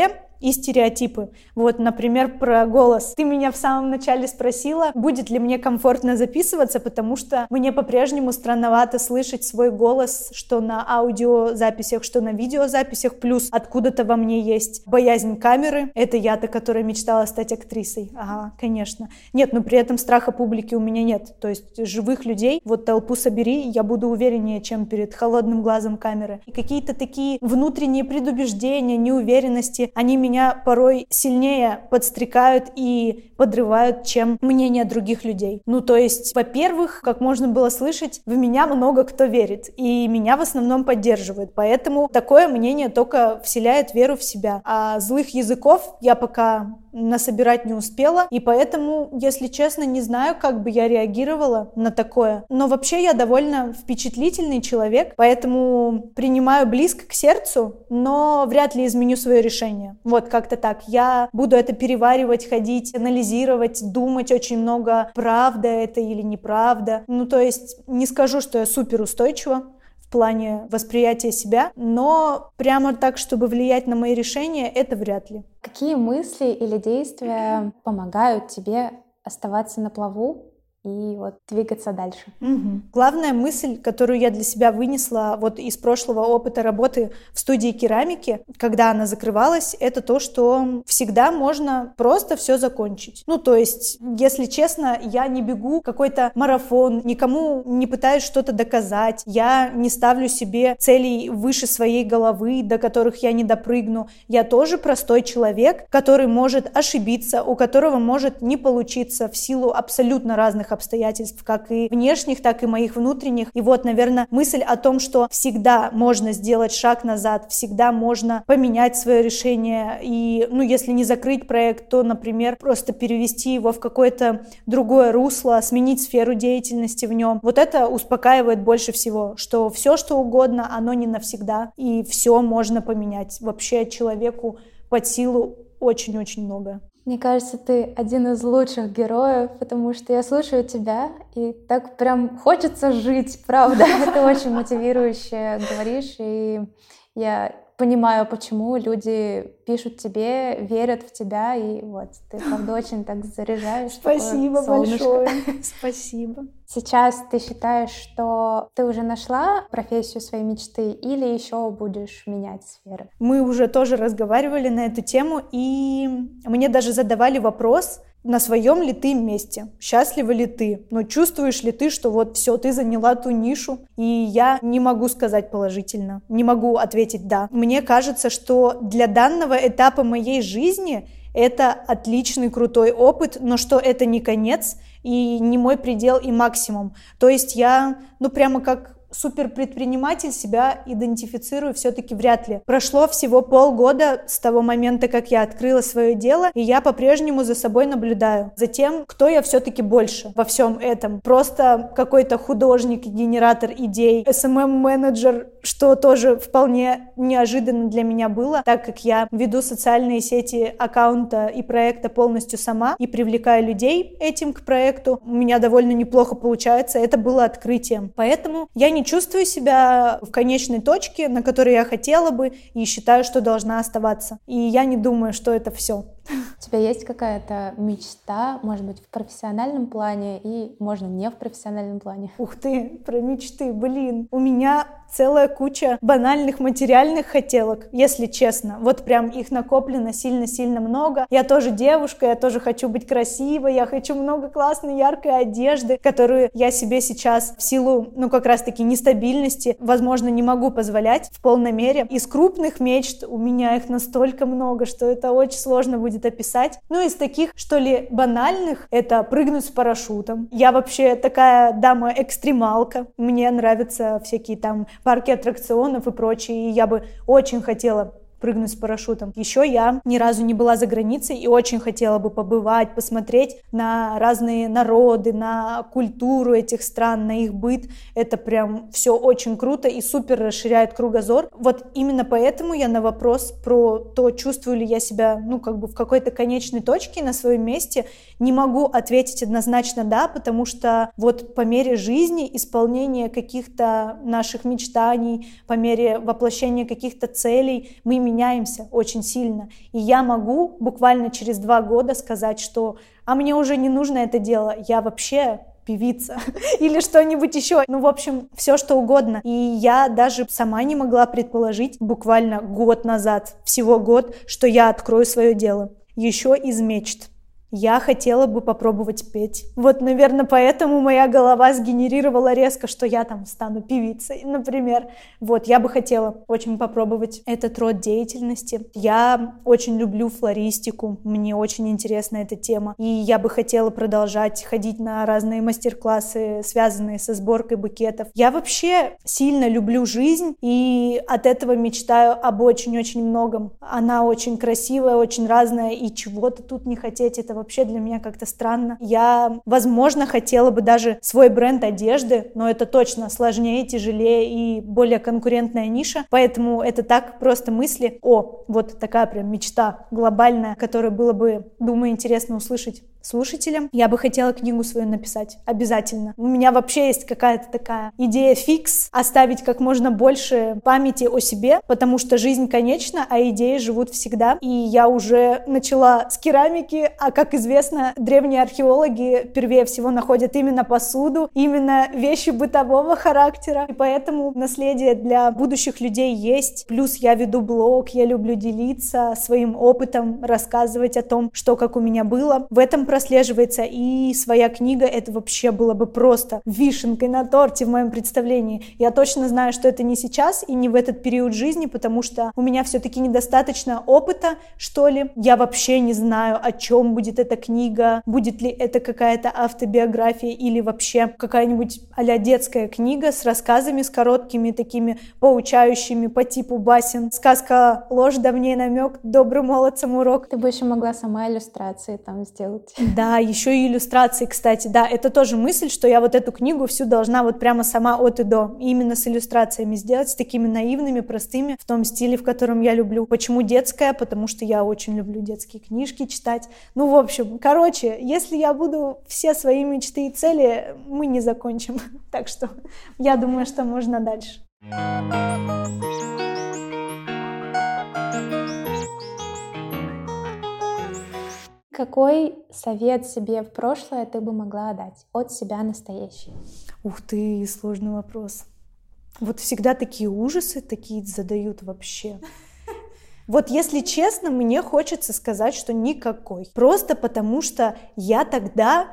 A: и стереотипы. Вот, например, про голос. Ты меня в самом начале спросила, будет ли мне комфортно записываться, потому что мне по-прежнему странновато слышать свой голос, что на аудиозаписях, что на видеозаписях, плюс откуда-то во мне есть боязнь камеры. Это я-то, которая мечтала стать актрисой. Ага, конечно. Нет, но при этом страха публики у меня нет. То есть живых людей, вот толпу собери, я буду увереннее, чем перед холодным глазом камеры. И какие-то такие внутренние предубеждения, неуверенности, они меня порой сильнее подстрекают и подрывают, чем мнение других людей. Ну, то есть, во-первых, как можно было слышать, в меня много кто верит, и меня в основном поддерживают, поэтому такое мнение только вселяет веру в себя. А злых языков я пока насобирать не успела, и поэтому, если честно, не знаю, как бы я реагировала на такое. Но вообще я довольно впечатлительный человек, поэтому принимаю близко к сердцу, но вряд ли изменю свое решение. Вот как-то так. Я буду это переваривать, ходить, анализировать, думать очень много, правда это или неправда. Ну, то есть не скажу, что я супер устойчива в плане восприятия себя, но прямо так, чтобы влиять на мои решения, это вряд ли.
B: Какие мысли или действия помогают тебе оставаться на плаву и вот двигаться дальше?
A: Главная мысль, которую я для себя вынесла вот из прошлого опыта работы в студии керамики, когда она закрывалась, это то, что всегда можно просто все закончить. Ну, то есть, если честно, я не бегу какой-то марафон, никому не пытаюсь что-то доказать, я не ставлю себе целей выше своей головы, до которых я не допрыгну. Я тоже простой человек, который может ошибиться, у которого может не получиться в силу абсолютно разных обстоятельств, как и внешних, так и моих внутренних. И вот, наверное, мысль о том, что всегда можно сделать шаг назад, всегда можно поменять свое решение. И, ну, если не закрыть проект, то, например, просто перевести его в какое-то другое русло, сменить сферу деятельности в нем. Вот это успокаивает больше всего, что все, что угодно, оно не навсегда, и все можно поменять. Вообще человеку под силу очень-очень много.
B: Мне кажется, ты один из лучших героев, потому что я слушаю тебя, и так прям хочется жить, правда. Ты очень мотивирующе говоришь, и я понимаю, почему люди пишут тебе, верят в тебя, и вот ты, правда, очень так заряжаешь.
A: Спасибо большое. Спасибо.
B: Сейчас ты считаешь, что ты уже нашла профессию своей мечты или еще будешь менять сферы?
A: Мы уже тоже разговаривали на эту тему, и мне даже задавали вопрос, на своем ли ты месте, счастлива ли ты, но чувствуешь ли ты, что вот все, ты заняла ту нишу, и я не могу сказать положительно, не могу ответить «да». Мне кажется, что для данного этапа моей жизни это отличный, крутой опыт, но что это не конец и не мой предел и максимум. То есть я, прямо как суперпредприниматель себя идентифицирую все-таки вряд ли. Прошло всего полгода с того момента, как я открыла свое дело, и я по-прежнему за собой наблюдаю. За тем, кто я все-таки больше во всем этом. Просто какой-то художник и генератор идей, SMM-менеджер, что тоже вполне неожиданно для меня было, так как я веду социальные сети аккаунта и проекта полностью сама и привлекаю людей этим к проекту. У меня довольно неплохо получается, это было открытием. Поэтому я не чувствую себя в конечной точке, на которой я хотела бы, и считаю, что должна оставаться. И я не думаю, что это все.
B: У тебя есть какая-то мечта, может быть, в профессиональном плане и, можно, не в профессиональном плане?
A: Ух ты, про мечты, у меня целая куча банальных материальных хотелок, если честно. Вот прям их накоплено сильно-сильно много. Я тоже девушка, я тоже хочу быть красивой, я хочу много классной, яркой одежды, которую я себе сейчас в силу, как раз-таки нестабильности, возможно, не могу позволять в полной мере. Из крупных мечт у меня их настолько много, что это очень сложно будет описать. Из таких, что ли, банальных, это прыгнуть с парашютом. Я вообще такая дама-экстремалка. Мне нравятся всякие там парки аттракционов и прочее, и я бы очень хотела прыгнуть с парашютом. Еще я ни разу не была за границей и очень хотела бы побывать, посмотреть на разные народы, на культуру этих стран, на их быт. Это прям все очень круто и супер расширяет кругозор. Вот именно поэтому я на вопрос про то, чувствую ли я себя, в какой-то конечной точке на своем месте, не могу ответить однозначно «да», потому что вот по мере жизни, исполнения каких-то наших мечтаний, по мере воплощения каких-то целей, мы меняем меняемся очень сильно. И я могу буквально через 2 года сказать, что «а мне уже не нужно это дело, я вообще певица» или что-нибудь еще. Ну, в общем, все что угодно. И я даже сама не могла предположить буквально год назад, всего год, что я открою свое дело. Еще из мечт. Я хотела бы попробовать петь. Вот, наверное, поэтому моя голова сгенерировала резко, что я там стану певицей, например. Вот, я бы хотела очень попробовать этот род деятельности. Я очень люблю флористику, мне очень интересна эта тема. И я бы хотела продолжать ходить на разные мастер-классы, связанные со сборкой букетов. Я вообще сильно люблю жизнь и от этого мечтаю об очень-очень многом. Она очень красивая, очень разная, и чего-то тут не хотеть, это вообще для меня как-то странно. Я, возможно, хотела бы даже свой бренд одежды, но это точно сложнее, тяжелее и более конкурентная ниша, поэтому это так просто мысли. Вот такая прям мечта глобальная, которую было бы, думаю, интересно услышать слушателям. Я бы хотела книгу свою написать, обязательно. У меня вообще есть какая-то такая идея фикс, оставить как можно больше памяти о себе, потому что жизнь конечна, а идеи живут всегда. И я уже начала с керамики, а как известно, древние археологи первее всего находят именно посуду, именно вещи бытового характера. И поэтому наследие для будущих людей есть. Плюс я веду блог, я люблю делиться своим опытом, рассказывать о том, что как у меня было. В этом прослеживается и своя книга. Это вообще было бы просто вишенкой на торте в моем представлении. Я точно знаю, что это не сейчас и не в этот период жизни, потому что у меня все-таки недостаточно опыта, что ли. Я вообще не знаю, о чем будет эта книга, будет ли это какая-то автобиография или вообще какая-нибудь а-ля детская книга с рассказами, с короткими такими поучающими по типу басен. Сказка «Ложь, давней намек, добрым молодцам урок».
B: Ты бы еще могла сама иллюстрации там сделать.
A: Да, еще и иллюстрации, кстати, да, это тоже мысль, что я вот эту книгу всю должна вот прямо сама от и до, именно с иллюстрациями сделать, с такими наивными, простыми, в том стиле, в котором я люблю. Почему детская? Потому что я очень люблю детские книжки читать. Ну, в общем, короче, если я буду все свои мечты и цели, мы не закончим. Так что я думаю, что можно дальше.
B: Какой совет себе в прошлое ты бы могла дать от себя настоящий?
A: Ух ты, сложный вопрос. Вот всегда такие ужасы такие задают вообще. Вот если честно, мне хочется сказать, что никакой. Просто потому что я тогда,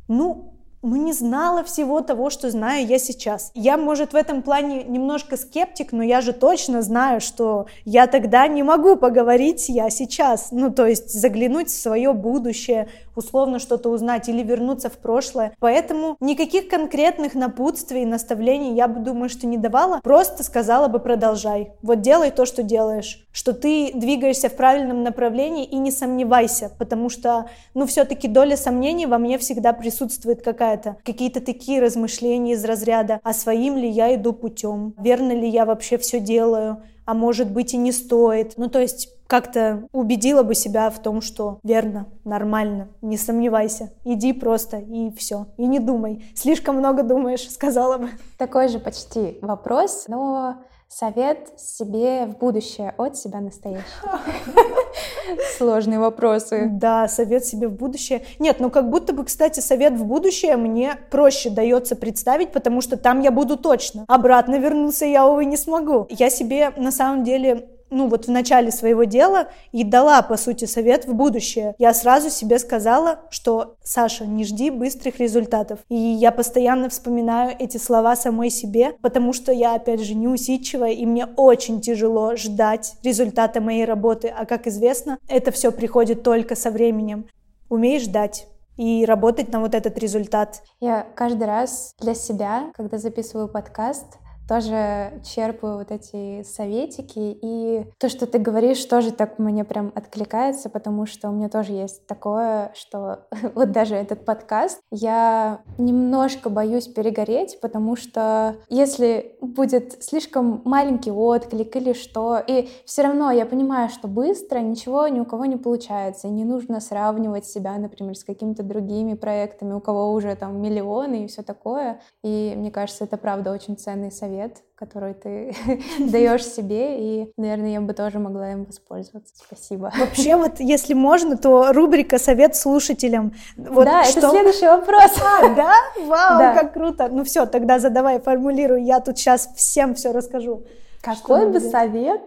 A: не знала всего того, что знаю я сейчас. Я, может, в этом плане немножко скептик, но я же точно знаю, что я тогда не могу поговорить, я сейчас. То есть заглянуть в свое будущее, условно что-то узнать или вернуться в прошлое. Поэтому никаких конкретных напутствий, наставлений я бы, думаю, что не давала. Просто сказала бы: продолжай. Вот делай то, что делаешь. Что ты двигаешься в правильном направлении и не сомневайся, потому что, все-таки доля сомнений во мне всегда присутствует какие-то такие размышления из разряда: а своим ли я иду путем? Верно ли я вообще все делаю? А может быть и не стоит? То есть как-то убедила бы себя в том, что верно, нормально, не сомневайся, иди просто и все, и не думай. Слишком много думаешь, сказала бы.
B: Такой же почти вопрос, но совет себе в будущее от себя настоящего. Сложные вопросы.
A: Да, совет себе в будущее. Нет, как будто бы, кстати, совет в будущее мне проще дается представить, потому что там я буду точно. Обратно вернуться я, увы, не смогу. Я себе на самом деле в начале своего дела и дала, по сути, совет в будущее. Я сразу себе сказала, что: Саша, не жди быстрых результатов. И я постоянно вспоминаю эти слова самой себе, потому что я, опять же, неусидчивая, и мне очень тяжело ждать результата моей работы. А как известно, это все приходит только со временем. Умей ждать и работать на вот этот результат.
B: Я каждый раз для себя, когда записываю подкаст, тоже черпаю вот эти советики, и то, что ты говоришь, тоже так мне прям откликается, потому что у меня тоже есть такое, что вот даже этот подкаст, я немножко боюсь перегореть, потому что если будет слишком маленький отклик или что, и все равно я понимаю, что быстро ничего ни у кого не получается, и не нужно сравнивать себя, например, с какими-то другими проектами, у кого уже там миллионы и все такое, и мне кажется, это правда очень ценный совет. совет, который ты даешь себе, и, наверное, я бы тоже могла им воспользоваться. Спасибо.
A: Вообще, вот если можно, то рубрика «Совет слушателям». Вот
B: да,
A: что...
B: это следующий вопрос.
A: Да? Вау,
B: да.
A: Как круто. Ну все, тогда задавай, формулируй, я тут сейчас всем все расскажу.
B: Какой бы совет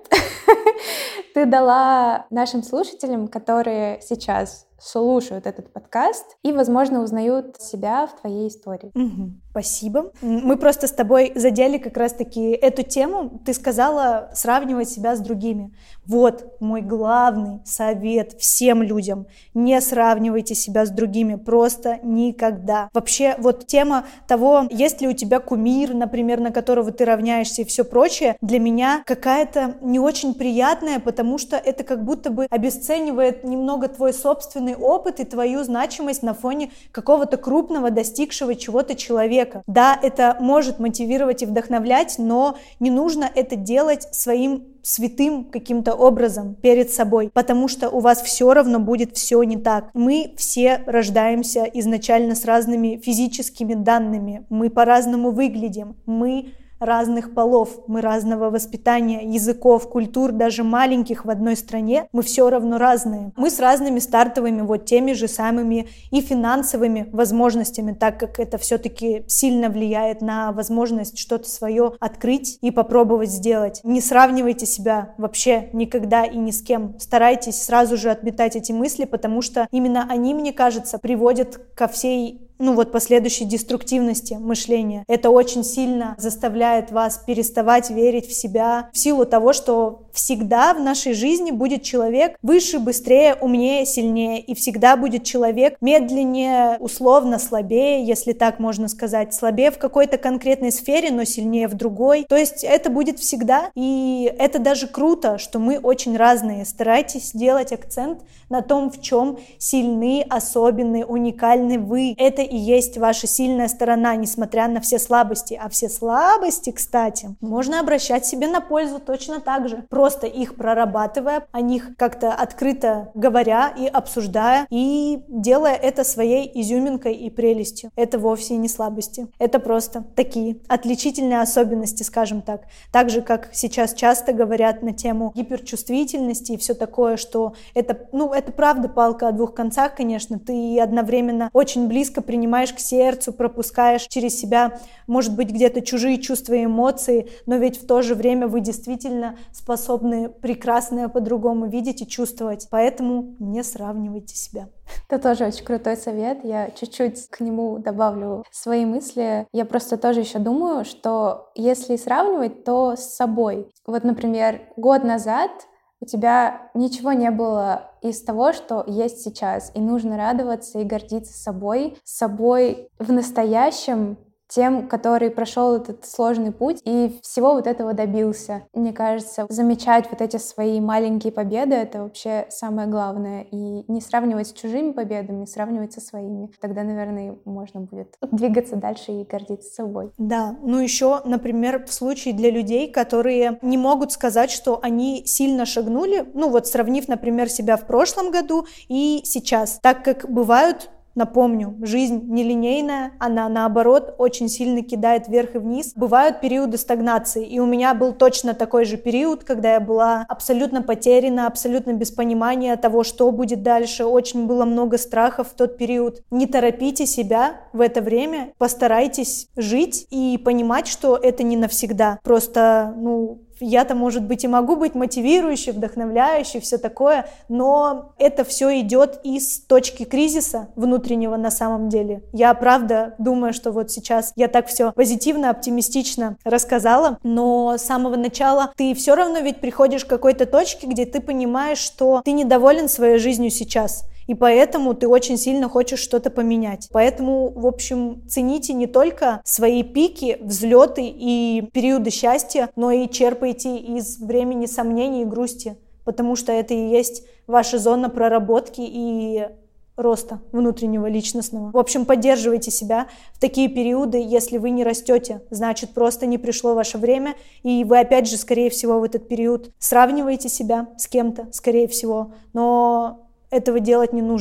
B: ты дала нашим слушателям, которые сейчас слушают этот подкаст и, возможно, узнают себя в твоей истории?
A: Спасибо. Мы просто с тобой задели как раз-таки эту тему. Ты сказала сравнивать себя с другими. Вот мой главный совет всем людям. Не сравнивайте себя с другими. Просто никогда. Вообще, вот тема того, есть ли у тебя кумир, например, на которого ты равняешься и все прочее, для меня какая-то не очень приятная, потому что это как будто бы обесценивает немного твой собственный опыт и твою значимость на фоне какого-то крупного, достигшего чего-то человека. Да, это может мотивировать и вдохновлять, но не нужно это делать своим святым каким-то образом перед собой, потому что у вас все равно будет все не так. Мы все рождаемся изначально с разными физическими данными, мы по-разному выглядим, мы разных полов, мы разного воспитания, языков, культур, даже маленьких в одной стране, мы все равно разные. Мы с разными стартовыми вот теми же самыми и финансовыми возможностями, так как это все-таки сильно влияет на возможность что-то свое открыть и попробовать сделать. Не сравнивайте себя вообще никогда и ни с кем. Старайтесь сразу же отметать эти мысли, потому что именно они, мне кажется, приводят ко всей последующей деструктивности мышления. Это очень сильно заставляет вас переставать верить в себя в силу того, что всегда в нашей жизни будет человек выше, быстрее, умнее, сильнее, и всегда будет человек медленнее, условно слабее, если так можно сказать, слабее в какой-то конкретной сфере, но сильнее в другой. То есть это будет всегда, и это даже круто, что мы очень разные. Старайтесь делать акцент на том, в чем сильны, особенны, уникальны вы. Это и есть ваша сильная сторона, несмотря на все слабости. А все слабости, кстати, можно обращать себе на пользу точно так же. Просто их прорабатывая, о них как-то открыто говоря и обсуждая, и делая это своей изюминкой и прелестью. Это вовсе не слабости. Это просто такие отличительные особенности, скажем так. Так же, как сейчас часто говорят на тему гиперчувствительности и все такое, что это правда палка о двух концах, конечно. Ты одновременно очень близко принимаешь к сердцу, пропускаешь через себя, может быть, где-то чужие чувства и эмоции, но ведь в то же время вы действительно способны прекрасное по-другому видеть и чувствовать. Поэтому не сравнивайте себя.
B: Это тоже очень крутой совет. Я чуть-чуть к нему добавлю свои мысли. Я просто тоже еще думаю, что если сравнивать, то с собой. Вот, например, год назад у тебя ничего не было из того, что есть сейчас, и нужно радоваться и гордиться собой в настоящем, тем, который прошел этот сложный путь и всего вот этого добился. Мне кажется, замечать вот эти свои маленькие победы — это вообще самое главное. И не сравнивать с чужими победами, сравнивать со своими. Тогда, наверное, можно будет двигаться дальше и гордиться собой.
A: Да, еще, например, в случае для людей, которые не могут сказать, что они сильно шагнули, сравнив, например, себя в прошлом году и сейчас. Так как бывают, напомню, жизнь нелинейная, она, наоборот, очень сильно кидает вверх и вниз. Бывают периоды стагнации, и у меня был точно такой же период, когда я была абсолютно потеряна, абсолютно без понимания того, что будет дальше. Очень было много страхов в тот период. Не торопите себя в это время, постарайтесь жить и понимать, что это не навсегда. Просто, я-то, может быть, и могу быть мотивирующей, вдохновляющей, все такое, но это все идет из точки кризиса внутреннего на самом деле. Я, правда, думаю, что вот сейчас я так все позитивно, оптимистично рассказала, но с самого начала ты все равно ведь приходишь к какой-то точке, где ты понимаешь, что ты недоволен своей жизнью сейчас. И поэтому ты очень сильно хочешь что-то поменять. Поэтому, в общем, цените не только свои пики, взлеты и периоды счастья, но и черпайте из времени сомнений и грусти, потому что это и есть ваша зона проработки и роста внутреннего, личностного. В общем, поддерживайте себя в такие периоды. Если вы не растете, значит, просто не пришло ваше время, и вы, опять же, скорее всего, в этот период сравниваете себя с кем-то, скорее всего, но этого делать не нужно.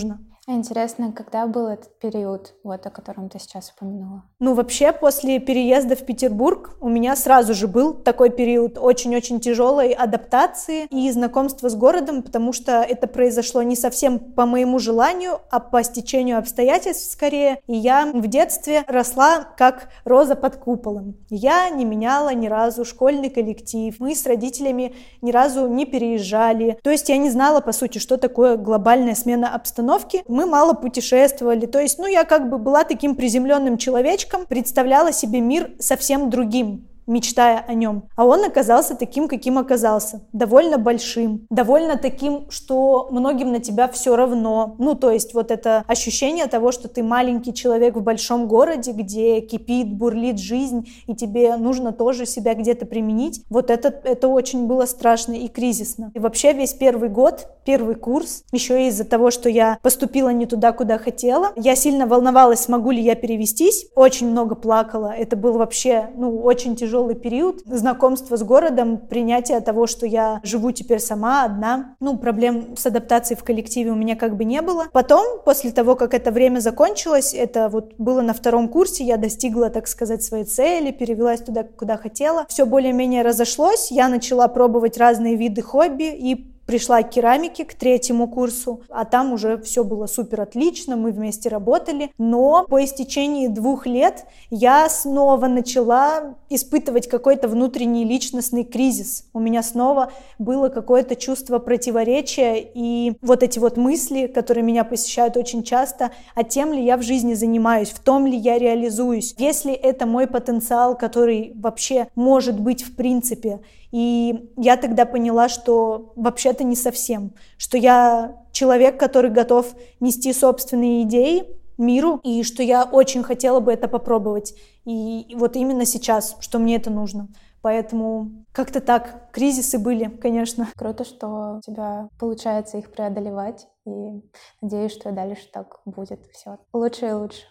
B: Интересно, когда был этот период, о котором ты сейчас упомянула?
A: Вообще, после переезда в Петербург у меня сразу же был такой период очень-очень тяжелой адаптации и знакомства с городом, потому что это произошло не совсем по моему желанию, а по стечению обстоятельств скорее. И я в детстве росла как роза под куполом. Я не меняла ни разу школьный коллектив, мы с родителями ни разу не переезжали. То есть я не знала, по сути, что такое глобальная смена обстановки. Мы мало путешествовали. То есть, я как бы была таким приземленным человечком, представляла себе мир совсем другим, мечтая о нем. А он оказался таким, каким оказался. Довольно большим, довольно таким, что многим на тебя все равно. То есть вот это ощущение того, что ты маленький человек в большом городе, где кипит, бурлит жизнь, и тебе нужно тоже себя где-то применить. Вот это очень было страшно и кризисно. И вообще весь первый год, первый курс, еще из-за того, что я поступила не туда, куда хотела, я сильно волновалась, смогу ли я перевестись, очень много плакала. Это был вообще, очень тяжелый период знакомства с городом, принятия того, что я живу теперь сама, одна. Проблем с адаптацией в коллективе у меня как бы не было. Потом, после того, как это время закончилось, это было на 2-м курсе, я достигла, так сказать, своей цели, перевелась туда, куда хотела. Все более-менее разошлось, я начала пробовать разные виды хобби и пришла к керамике, к 3-му курсу, а там уже все было супер отлично, мы вместе работали, но по истечении 2 лет я снова начала испытывать какой-то внутренний личностный кризис. У меня снова было какое-то чувство противоречия и вот эти вот мысли, которые меня посещают очень часто, а тем ли я в жизни занимаюсь, в том ли я реализуюсь, если это мой потенциал, который вообще может быть в принципе. И я тогда поняла, что вообще-то не совсем, что я человек, который готов нести собственные идеи миру, и что я очень хотела бы это попробовать. И вот именно сейчас, что мне это нужно. Поэтому как-то так, кризисы были, конечно.
B: Круто, что у тебя получается их преодолевать, и надеюсь, что дальше так будет все лучше и лучше.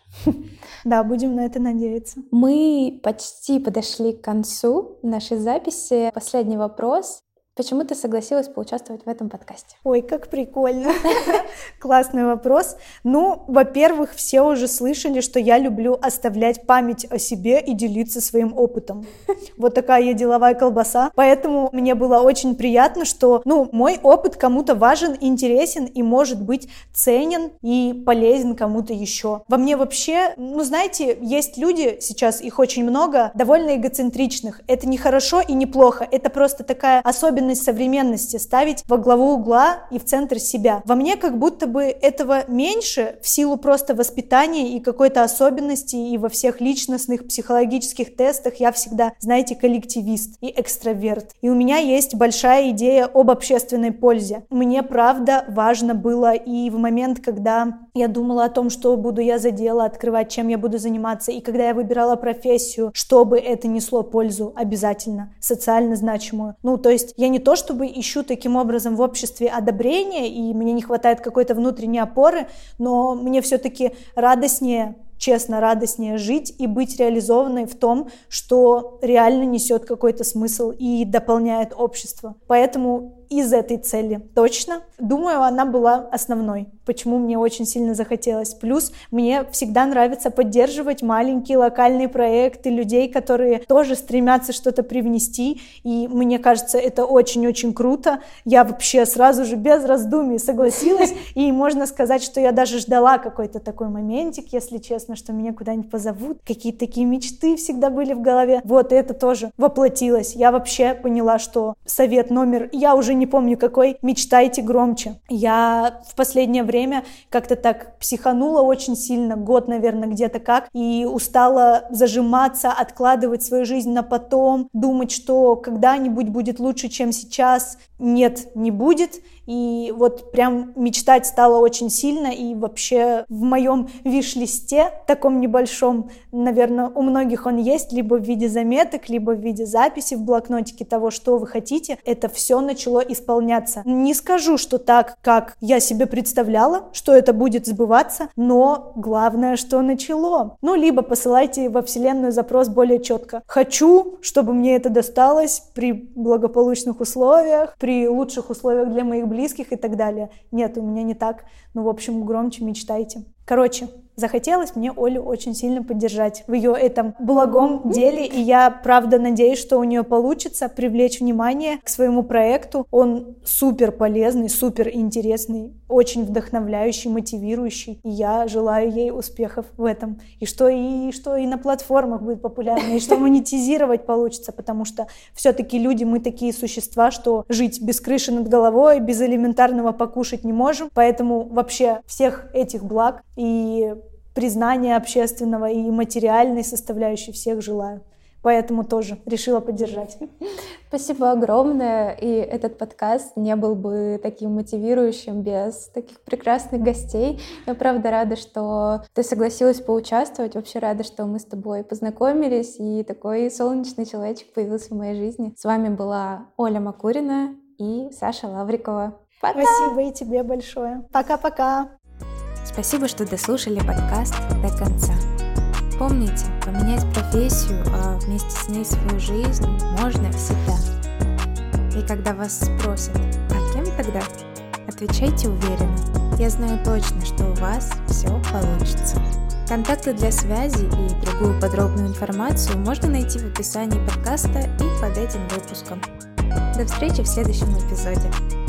A: Да, будем на это надеяться.
B: Мы почти подошли к концу нашей записи. Последний вопрос. Почему ты согласилась поучаствовать в этом подкасте?
A: Ой, как прикольно. Классный вопрос. Во-первых, все уже слышали, что я люблю оставлять память о себе и делиться своим опытом. Вот такая я деловая колбаса. Поэтому мне было очень приятно, что, мой опыт кому-то важен, интересен и может быть ценен и полезен кому-то еще. Во мне вообще, знаете, есть люди, сейчас их очень много, довольно эгоцентричных. Это не хорошо и не плохо. Это просто такая особенность современности, ставить во главу угла и в центр себя. Во мне как будто бы этого меньше в силу просто воспитания и какой-то особенности, и во всех личностных психологических тестах я всегда, знаете, коллективист и экстраверт. И у меня есть большая идея об общественной пользе. Мне, правда, важно было и в момент, когда я думала о том, что буду я за дело открывать, чем я буду заниматься, и когда я выбирала профессию, чтобы это несло пользу обязательно, социально значимую. То есть я не то чтобы ищу таким образом в обществе одобрения, и мне не хватает какой-то внутренней опоры, но мне все-таки радостнее, честно, радостнее жить и быть реализованной в том, что реально несет какой-то смысл и дополняет общество. Поэтому из этой цели точно. Думаю, она была основной, почему мне очень сильно захотелось. Плюс мне всегда нравится поддерживать маленькие локальные проекты, людей, которые тоже стремятся что-то привнести, и мне кажется, это очень-очень круто. Я вообще сразу же без раздумий согласилась, и можно сказать, что я даже ждала какой-то такой моментик, если честно, что меня куда-нибудь позовут. Какие-то такие мечты всегда были в голове. Вот это тоже воплотилось. Я вообще поняла, что совет номер, я уже не помню какой, мечтайте громче. Я в последнее время как-то так психанула очень сильно, год, наверное, где-то как, и устала зажиматься, откладывать свою жизнь на потом, думать, что когда-нибудь будет лучше, чем сейчас. Нет, не будет. И вот прям мечтать стало очень сильно, и вообще в моем виш-листе, таком небольшом, наверное, у многих он есть, либо в виде заметок, либо в виде записи в блокнотике того, что вы хотите, это все начало исполняться. Не скажу, что так, как я себе представляла, что это будет сбываться, но главное, что начало. Либо посылайте во Вселенную запрос более четко. Хочу, чтобы мне это досталось при благополучных условиях, при лучших условиях для моих близких, близких и так далее. Нет, у меня не так. Ну, в общем, громче мечтайте. Короче, захотелось мне Олю очень сильно поддержать в ее этом благом деле, и я, правда, надеюсь, что у нее получится привлечь внимание к своему проекту. Он супер полезный, супер интересный, очень вдохновляющий, мотивирующий, и я желаю ей успехов в этом. И что и на платформах будет популярно, и что монетизировать получится, потому что все-таки люди, мы такие существа, что жить без крыши над головой, без элементарного покушать не можем, поэтому вообще всех этих благ и признания общественного, и материальной составляющей всех желаю. Поэтому тоже решила поддержать.
B: Спасибо огромное. И этот подкаст не был бы таким мотивирующим без таких прекрасных гостей. Я правда рада, что ты согласилась поучаствовать. Вообще рада, что мы с тобой познакомились, и такой солнечный человечек появился в моей жизни. С вами была Оля Макурина и Саша Лаврикова. Пока!
A: Спасибо и тебе большое. Пока-пока!
B: Спасибо, что дослушали подкаст до конца. Помните, поменять профессию, а вместе с ней свою жизнь можно всегда. И когда вас спросят, а кем тогда? Отвечайте уверенно. Я знаю точно, что у вас все получится. Контакты для связи и другую подробную информацию можно найти в описании подкаста и под этим выпуском. До встречи в следующем эпизоде.